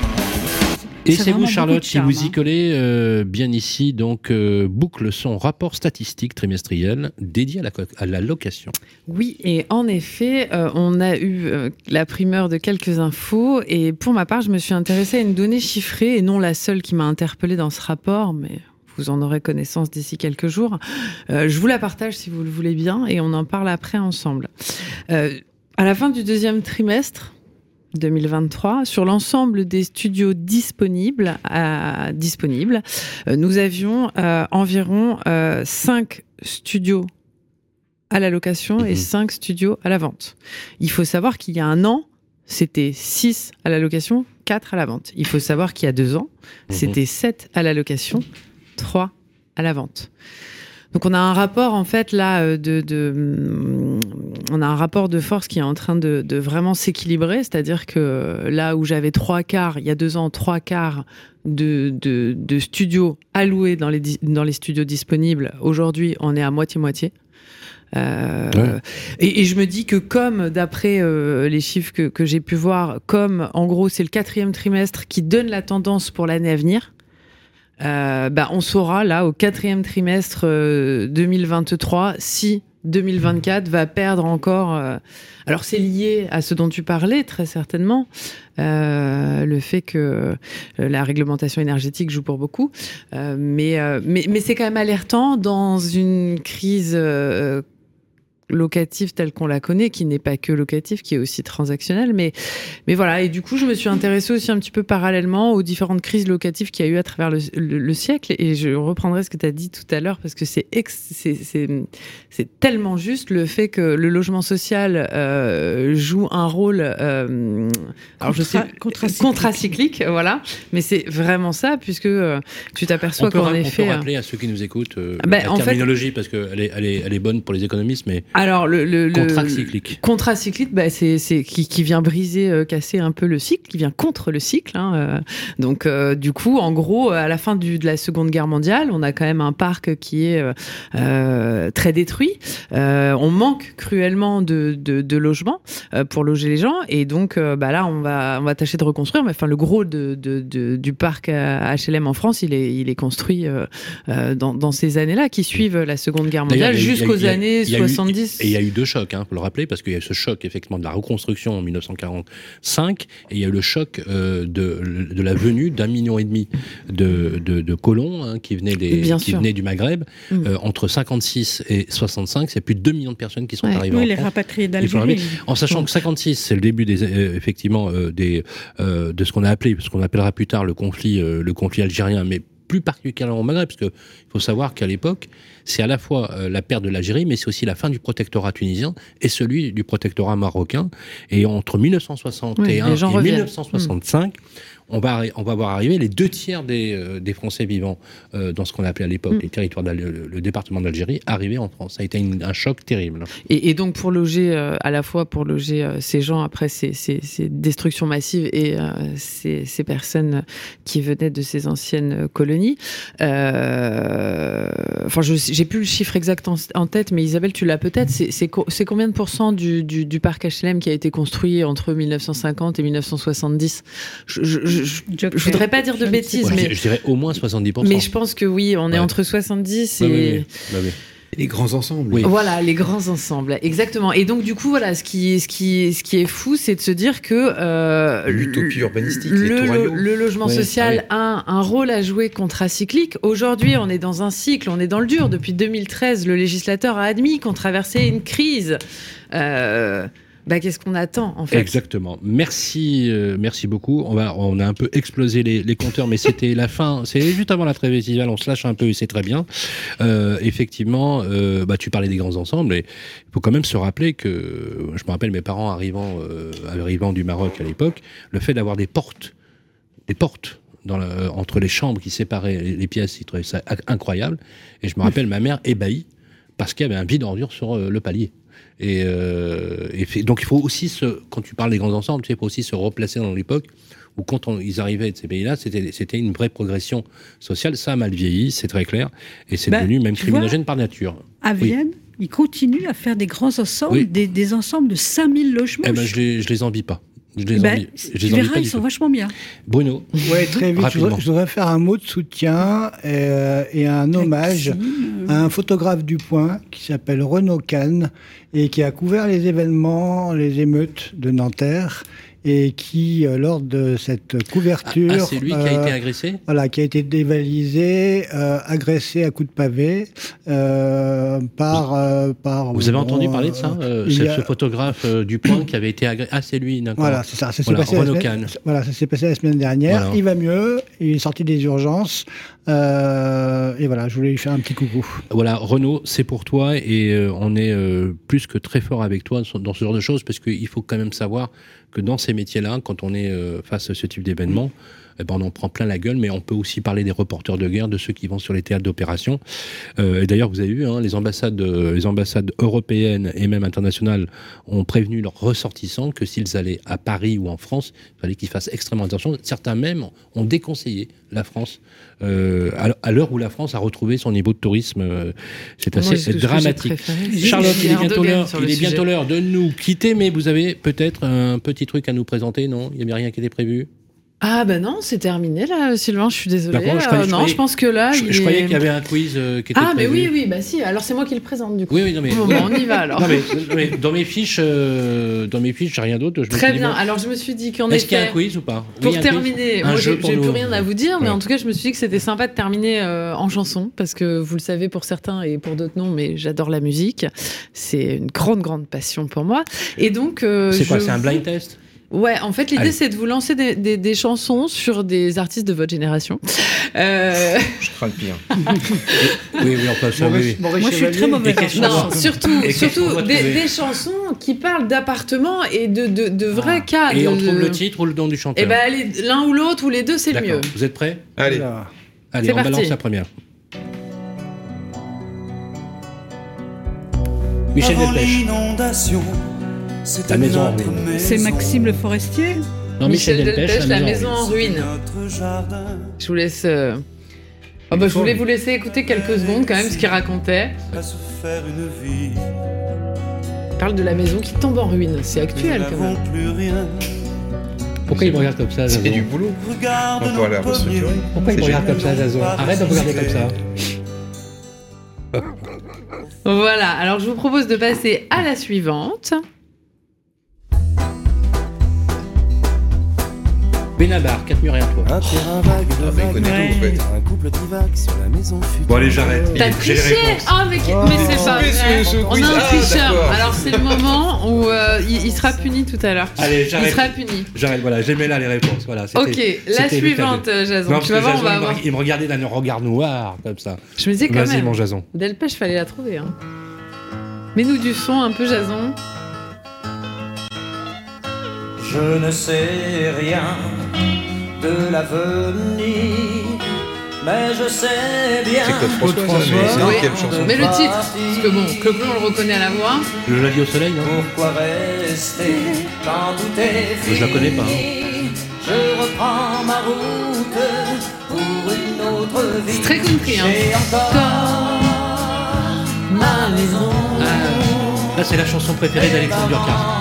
Et c'est vous, Charlotte, qui vous y collez bien ici, donc boucle son rapport statistique trimestriel dédié à la location. Oui, et en effet, on a eu la primeur de quelques infos, et pour ma part, je me suis intéressée à une donnée chiffrée, et non la seule qui m'a interpellée dans ce rapport, mais vous en aurez connaissance d'ici quelques jours. Je vous la partage si vous le voulez bien, et on en parle après ensemble. À la fin du deuxième trimestre 2023, sur l'ensemble des studios disponibles, nous avions environ 5 studios à la location et 5 studios à la vente. Il faut savoir qu'il y a un an, c'était 6 à la location, 4 à la vente. Il faut savoir qu'il y a 2 ans, c'était 7 à la location, 3 à la vente. Donc on a un rapport en fait là on a un rapport de force qui est en train de vraiment s'équilibrer, c'est-à-dire que là où j'avais 3/4 il y a 2 ans, 3/4 de studios alloués dans les studios disponibles, aujourd'hui on est à moitié-moitié. Et je me dis que comme d'après les chiffres que j'ai pu voir, comme en gros c'est le 4e trimestre qui donne la tendance pour l'année à venir, on saura là au 4e trimestre 2023 si 2024 va perdre encore. Alors c'est lié à ce dont tu parlais très certainement, le fait que la réglementation énergétique joue pour beaucoup, mais c'est quand même alertant dans une crise locative telle qu'on la connaît, qui n'est pas que locative, qui est aussi transactionnelle. Mais voilà. Et du coup, je me suis intéressée aussi un petit peu parallèlement aux différentes crises locatives qu'il y a eu à travers le siècle. Et je reprendrai ce que tu as dit tout à l'heure, parce que c'est tellement juste, le fait que le logement social joue un rôle contracyclique, voilà. Mais c'est vraiment ça, puisque tu t'aperçois qu'en effet... On peut rappeler à ceux qui nous écoutent la terminologie, parce qu'elle est bonne pour les économistes, mais alors, contracyclique. Contracyclique, c'est qui vient briser, casser un peu le cycle, qui vient contre le cycle. Donc, du coup, en gros, à la fin de la Seconde Guerre mondiale, on a quand même un parc qui est très détruit. On manque cruellement de logements pour loger les gens, et donc là, on va tâcher de reconstruire. Mais enfin, le gros du parc HLM en France, il est construit dans ces années-là qui suivent la Seconde Guerre mondiale jusqu'aux années 70. Et il y a eu deux chocs, faut le rappeler, parce qu'il y a eu ce choc effectivement de la reconstruction en 1945, et il y a eu le choc de la venue d'1,5 million de colons qui venaient du Maghreb. Entre 56 et 65, c'est plus de 2 millions de personnes qui sont arrivées en France. Les rapatriés d'Algérie. En sachant que 56, c'est le début de ce qu'on appellera plus tard le conflit algérien, mais plus particulièrement au Maghreb, parce qu'il faut savoir qu'à l'époque, c'est à la fois la perte de l'Algérie, mais c'est aussi la fin du protectorat tunisien et celui du protectorat marocain. Et entre 1961 et 1965, on va voir arriver les 2/3 des Français vivant dans ce qu'on appelait à l'époque les territoires le département d'Algérie, arriver en France. Ça a été un choc terrible. Et donc pour loger, à la fois pour loger ces gens après ces destructions massives et ces personnes qui venaient de ces anciennes colonies. J'ai plus le chiffre exact en tête, mais Isabelle, tu l'as peut-être. C'est combien de pourcents du parc HLM qui a été construit entre 1950 et 1970 Je voudrais pas dire de bêtises, mais je dirais au moins 70%. Mais je pense que oui, on est entre 70 et... Oui. Les grands ensembles. Oui. Voilà, les grands ensembles, exactement. Et donc, du coup, voilà, ce qui est fou, c'est de se dire que l'utopie urbanistique, le logement social a un rôle à jouer contracyclique. Aujourd'hui, on est dans un cycle, on est dans le dur. Depuis 2013, le législateur a admis qu'on traversait une crise. Qu'est-ce qu'on attend, en fait? Exactement. Merci beaucoup. On a un peu explosé les compteurs, mais c'était la fin. C'est juste avant la trêve estivale. On se lâche un peu et c'est très bien. Effectivement, tu parlais des grands ensembles, et il faut quand même se rappeler que, je me rappelle mes parents arrivant du Maroc à l'époque, le fait d'avoir des portes entre les chambres qui séparaient les pièces, ils trouvaient ça incroyable. Et je me rappelle ma mère ébahie parce qu'il y avait un vide ordure sur le palier. Donc il faut aussi quand tu parles des grands ensembles, il faut aussi se replacer dans l'époque où quand ils arrivaient de ces pays-là, c'était une vraie progression sociale. Ça a mal vieilli, c'est très clair, et c'est devenu même criminogène par nature. À Vienne, ils continuent à faire des grands ensembles, des ensembles de 5000 logements. Je les envie pas. Tu verras, ils sont vachement bien. Bruno. Oui, très vite. Je voudrais faire un mot de soutien et un hommage à un photographe du Point qui s'appelle Renaud Kahn et qui a couvert les émeutes de Nanterre, et qui, lors de cette couverture... c'est lui qui a été agressé ? Voilà, qui a été dévalisé, agressé à coups de pavé par... Vous avez entendu parler de ça ce photographe du Point qui avait été agressé... Ah, c'est lui, d'accord. Voilà, c'est ça. Ça s'est passé la semaine dernière. Voilà. Il va mieux, il est sorti des urgences. Et voilà, je voulais lui faire un petit coucou. Voilà, Renaud, c'est pour toi, et on est plus que très fort avec toi dans ce genre de choses, parce qu'il faut quand même savoir que dans ces métiers-là, quand on est face à ce type d'événement, on en prend plein la gueule, mais on peut aussi parler des reporters de guerre, de ceux qui vont sur les théâtres d'opération. Et d'ailleurs, vous avez vu, les ambassades européennes et même internationales ont prévenu leurs ressortissants que s'ils allaient à Paris ou en France, il fallait qu'ils fassent extrêmement attention. Certains même ont déconseillé la France à l'heure où la France a retrouvé son niveau de tourisme. C'est assez dramatique. Charlotte, il est bientôt l'heure de nous quitter, mais vous avez peut-être un petit truc à nous présenter, non ? Il n'y avait rien qui était prévu ? Ah ben non, c'est terminé là, Sylvain, je suis désolée. D'accord, je pense que là... Je croyais qu'il y avait un quiz qui était mais prévu. oui, bah si, alors c'est moi qui le présente du coup. Oui, non mais... on y va alors. Non, mais dans mes fiches, j'ai rien d'autre. Très bien, alors je me suis dit qu'en effet... Est-ce qu'il y a un quiz ou pas? Pour terminer, moi j'ai plus rien à vous dire, mais Ouais. en tout cas je me suis dit que c'était sympa de terminer en chanson, parce que vous le savez pour certains et pour d'autres non, mais j'adore la musique. C'est une grande passion pour moi. Et donc... c'est quoi, c'est un blind test? Ouais, en fait, l'idée, Allez. c'est de vous lancer des chansons sur des artistes de votre génération. Je crains le pire. Oui, on peut ça. Oui. Moi, je suis très mauvaise. Non, surtout trouver des chansons qui parlent d'appartements et de vrais cas. Et on trouve le titre ou le nom du chanteur? Eh ben, allez, l'un ou l'autre, ou les deux, c'est le mieux. Vous êtes prêts? Allez. Allez, C'est on parti. balance la première. Michel Delpech. La maison en ruine. C'est Maxime Le Forestier. Non, Michel Delpech, La maison en ruine. Je vous laisse... je voulais vous laisser écouter quelques secondes quand même ce qu'il racontait. Il parle de la maison qui tombe en ruine. C'est actuel quand même. Pourquoi il me regarde comme ça, Jason? C'est du boulot. On pourra la restructurer. Pourquoi il me regarde comme ça, Jason? Arrête de me regarder comme ça. Voilà, alors je vous propose de passer à la suivante. Benabar, 4 murs et un toit. Un terrain vague de Il vagues, connaît tout, en fait. un couple divague sur la maison future. Bon, allez, j'arrête. T'as triché? Ah, mais c'est pas vrai. On a un tricheur. Alors c'est le moment où il sera puni tout à l'heure. Allez, j'arrête. Il sera puni. J'arrête, voilà, j'aimais là les réponses. Voilà, Ok, la suivante, Jason. Non, Tu vas voir, on va Jason, avoir... il me regardait d'un regard noir, comme ça. Je me disais quand Vas-y, même. mon Jason. Delpech, fallait la trouver. Hein. Mets-nous du son un peu, Jason. Je ne sais rien de l'avenir, mais je sais bien. C'est Claude François, ça, mais c'est Oui. quelle chanson? Mais le titre, parce que bon, Claude on le reconnaît à la voix. Le Javier au soleil, non? Pourquoi rester quand tout est fini? Je la connais pas. Je reprends ma route pour une autre vie. C'est très country, hein. J'ai encore ma maison. Là, c'est la chanson préférée d'Alexandre Durkheim.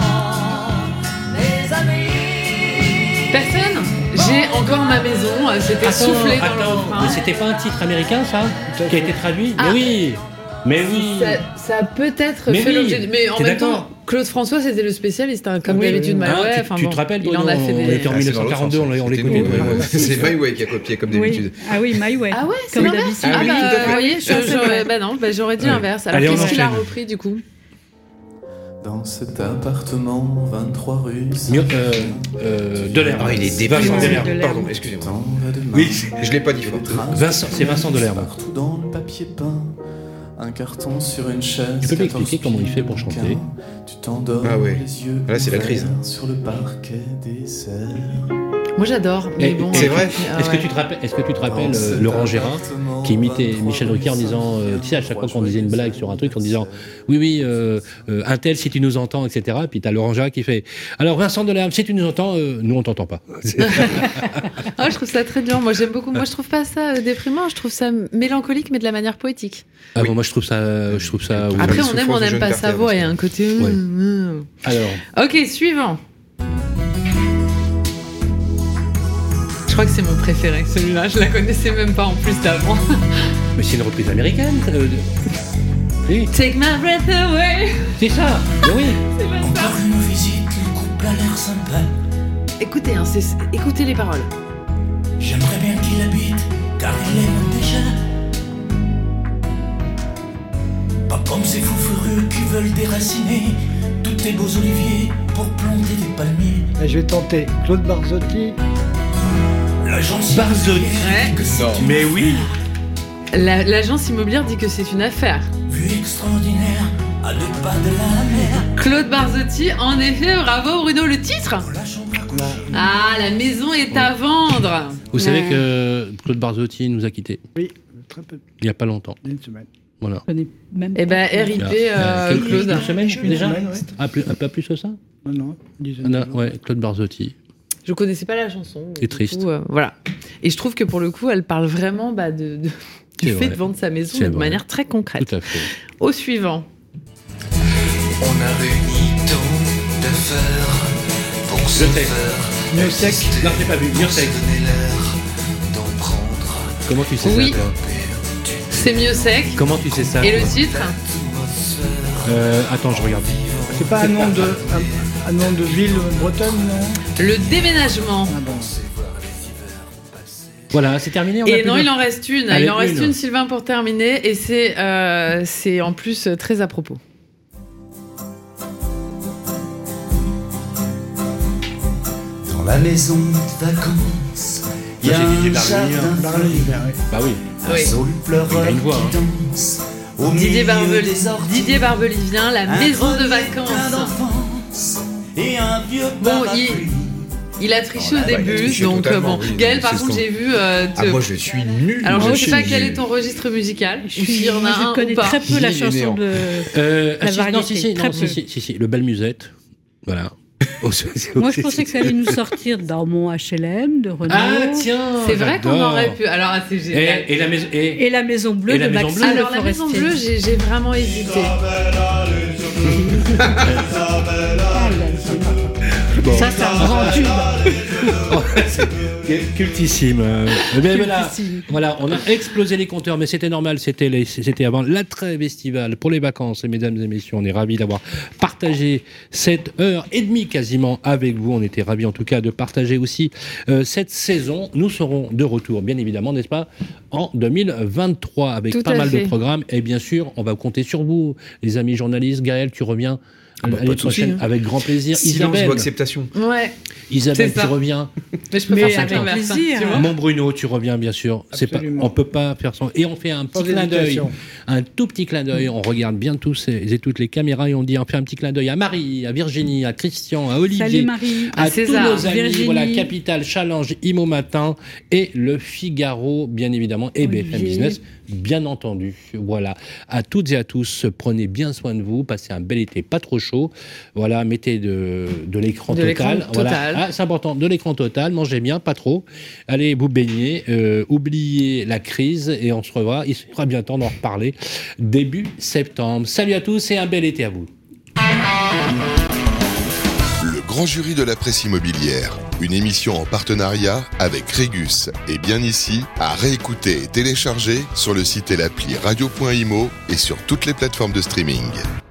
Mes amis. Personne? J'ai encore ma maison. C'était soufflé dans le refrain. Mais c'était pas un titre américain, ça? Qui a été traduit? Ah. Mais oui. Ça a peut-être Mais fait oui. l'objet. Mais en T'es même d'accord? temps, Claude François, c'était le spécialiste, hein, comme Oui, d'habitude. oui. Ouais, Tu te rappelles, il en a fait on des. était en 1942, on l'écoutait. C'est My Way qui a copié comme d'habitude. Ah oui, My Way. Ah ouais, c'est Comme l'inverse. d'habitude. Ah oui, bah, tout à fait. vous voyez, j'aurais dit Ouais. l'inverse. Alors Allez, on qu'est-ce qu'il a enchaîne. repris du coup? Dans cet appartement, 23 rues. Delerme. Ah, il est Vincent déprimant. Delerme. Pardon, excusez-moi. Oui, je l'ai pas dit fort. C'est Vincent Delerme. Partout dans le papier peint, un carton sur une chaise. Tu peux m'expliquer 14 comment il fait pour chanter? bouquins. Tu t'endors Ah ouais. les yeux Là, c'est la ouverts crise. sur le parquet désert. Moi j'adore. Mais bon. c'est vrai. Est-ce que tu te rappelles Laurent Gérard qui imitait Michel Drucker en disant, tu sais, à chaque fois qu'on disait une blague sur un truc, en disant, oui, un tel, si tu nous entends, etc. Puis t'as Laurent Gérard qui fait, alors Vincent Delerme, si tu nous entends, nous on t'entend pas. Ah, je trouve ça très dur. Moi j'aime beaucoup. Moi je trouve pas ça déprimant. Je trouve ça mélancolique, mais de la manière poétique. Ah bon, moi je trouve ça. Oui. Après il on aime, souffre on de n'aime Jeune pas Carter, sa voix. parce Il y a que- un côté. Ouais. Alors, Ok, suivant. Je crois que c'est mon préféré, celui-là. Je la connaissais même pas en plus d'avant. mais c'est une reprise américaine. Oui, Take my breath away. c'est ça. Mais oui. C'est pas ça. Encore une visite, le couple a l'air sympa. Écoutez, hein, écoutez les paroles. J'aimerais bien qu'il habite, car il l'aime déjà. Pas comme ces fous furieux qui veulent déraciner tous tes beaux oliviers pour planter des palmiers. Je vais tenter. Claude Barzotti. L'agence Barzotti. immobilière dit que c'est Non. une Mais oui. L'agence immobilière dit que c'est une affaire. vue extraordinaire à 2 pas de la mer. Claude Barzotti, en effet, bravo Bruno, le titre. Dans la chambre à coucher. Ah, la maison est à vendre. Vous savez Ouais. que Claude Barzotti nous a quittés Oui, très peu. il y a pas longtemps. Une semaine. Voilà. Je connais même Eh ben, Il y RIP a quelques- Claude. Une semaine déjà. semaine, ouais. Pas plus que ça. Non, une dizaine de jours. Ouais, Claude Barzotti. Je connaissais pas la chanson. C'est Du triste. coup, voilà. Et je trouve que pour le coup, elle parle vraiment du C'est fait vrai. de vendre sa maison C'est de vrai. manière très concrète. Tout à fait. Au suivant. On a réuni tant d'affaires pour se Je sais. faire Miosec. Non, j'ai pas vu. Miosec. Comment tu sais Oui. ça, toi? C'est Miosec. Comment tu sais ça? Et toi le titre? Attends, je regarde. C'est pas un nom de ville bretonne, non? Le déménagement. Ah bon. Voilà, c'est terminé. Et non, il en reste une. Allez, Il en reste une. une, Sylvain, pour terminer. Et c'est en plus très à propos. Dans la maison de vacances, il y a Ça, c'est Didier un jardin Barbelivien. fleuri, Bah oui. Oui. un saule pleureur Il a une voix, qui hein. danse au milieu des orties, Didier Barbelivien, la un maison de grenier vacances. plein d'enfance et un vieux Bon, parapluie. il a triché au il a début, triché donc totalement, bon. oui. Gaël, par C'est contre, ce qu'on- j'ai vu. moi je suis nul. Alors, je Moi, ne sais pas suis quel nul. est ton registre musical. Je S'il y en a un connais ou pas. très peu la Il est chanson néant. de la Non, variété. si, très non, peu. si, le bal musette. Voilà. Moi, je pensais que ça allait nous sortir dans mon HLM de Renault. Ah, tiens. C'est vrai qu'on j'adore. aurait pu. Alors, c'est génial. Et la maison. Et la Maison Bleue Et la de Maison Maxime Bleue. Alors, Le la Maison Forestier. Bleue, j'ai vraiment hésité. Ça, c'est un grand tube. Cultissime. Mais Cultissime. voilà, on a explosé les compteurs, mais c'était normal, c'était avant la trêve estivale pour les vacances. Et mesdames et messieurs, on est ravis d'avoir partagé cette heure et demie quasiment avec vous. On était ravis en tout cas de partager aussi cette saison. Nous serons de retour, bien évidemment, n'est-ce pas, en 2023 avec Tout pas à mal fait. de programmes. Et bien sûr, on va compter sur vous, les amis journalistes. Gaël, tu reviens l'année pas de souci, prochaine hein. avec grand plaisir. Silence ou acceptation. Ouais. Isabelle, C'est ça. tu reviens. Mais je peux Mais faire ça avec comme plaisir, ça, tu vois. Mon Bruno, tu reviens bien sûr. C'est pas, Absolument. on peut pas faire ça. Et on fait un petit Sans clin d'œil, hésitation. un tout petit clin d'œil. On regarde bien tous et toutes les caméras et on dit, on fait un petit clin d'œil à Marie, à Virginie, à Christian, à Olivier, Salut Marie. à À tous César, nos amis. Virginie. Voilà, Capital, Challenge, Imo Matin et Le Figaro, bien évidemment, et BFM Olivier. Business, bien entendu. Voilà, à toutes et à tous, prenez bien soin de vous, passez un bel été, pas trop chaud. Voilà, mettez de l'écran De total. l'écran Voilà. total. Ah, c'est important, de l'écran total, mangez bien, pas trop. Allez vous baigner, oubliez la crise et on se revoit. Il sera bien temps d'en reparler début septembre. Salut à tous et un bel été à vous. Le grand jury de la presse immobilière, une émission en partenariat avec Régus et Bien Ici, à réécouter et télécharger sur le site et l'appli radio.imo et sur toutes les plateformes de streaming.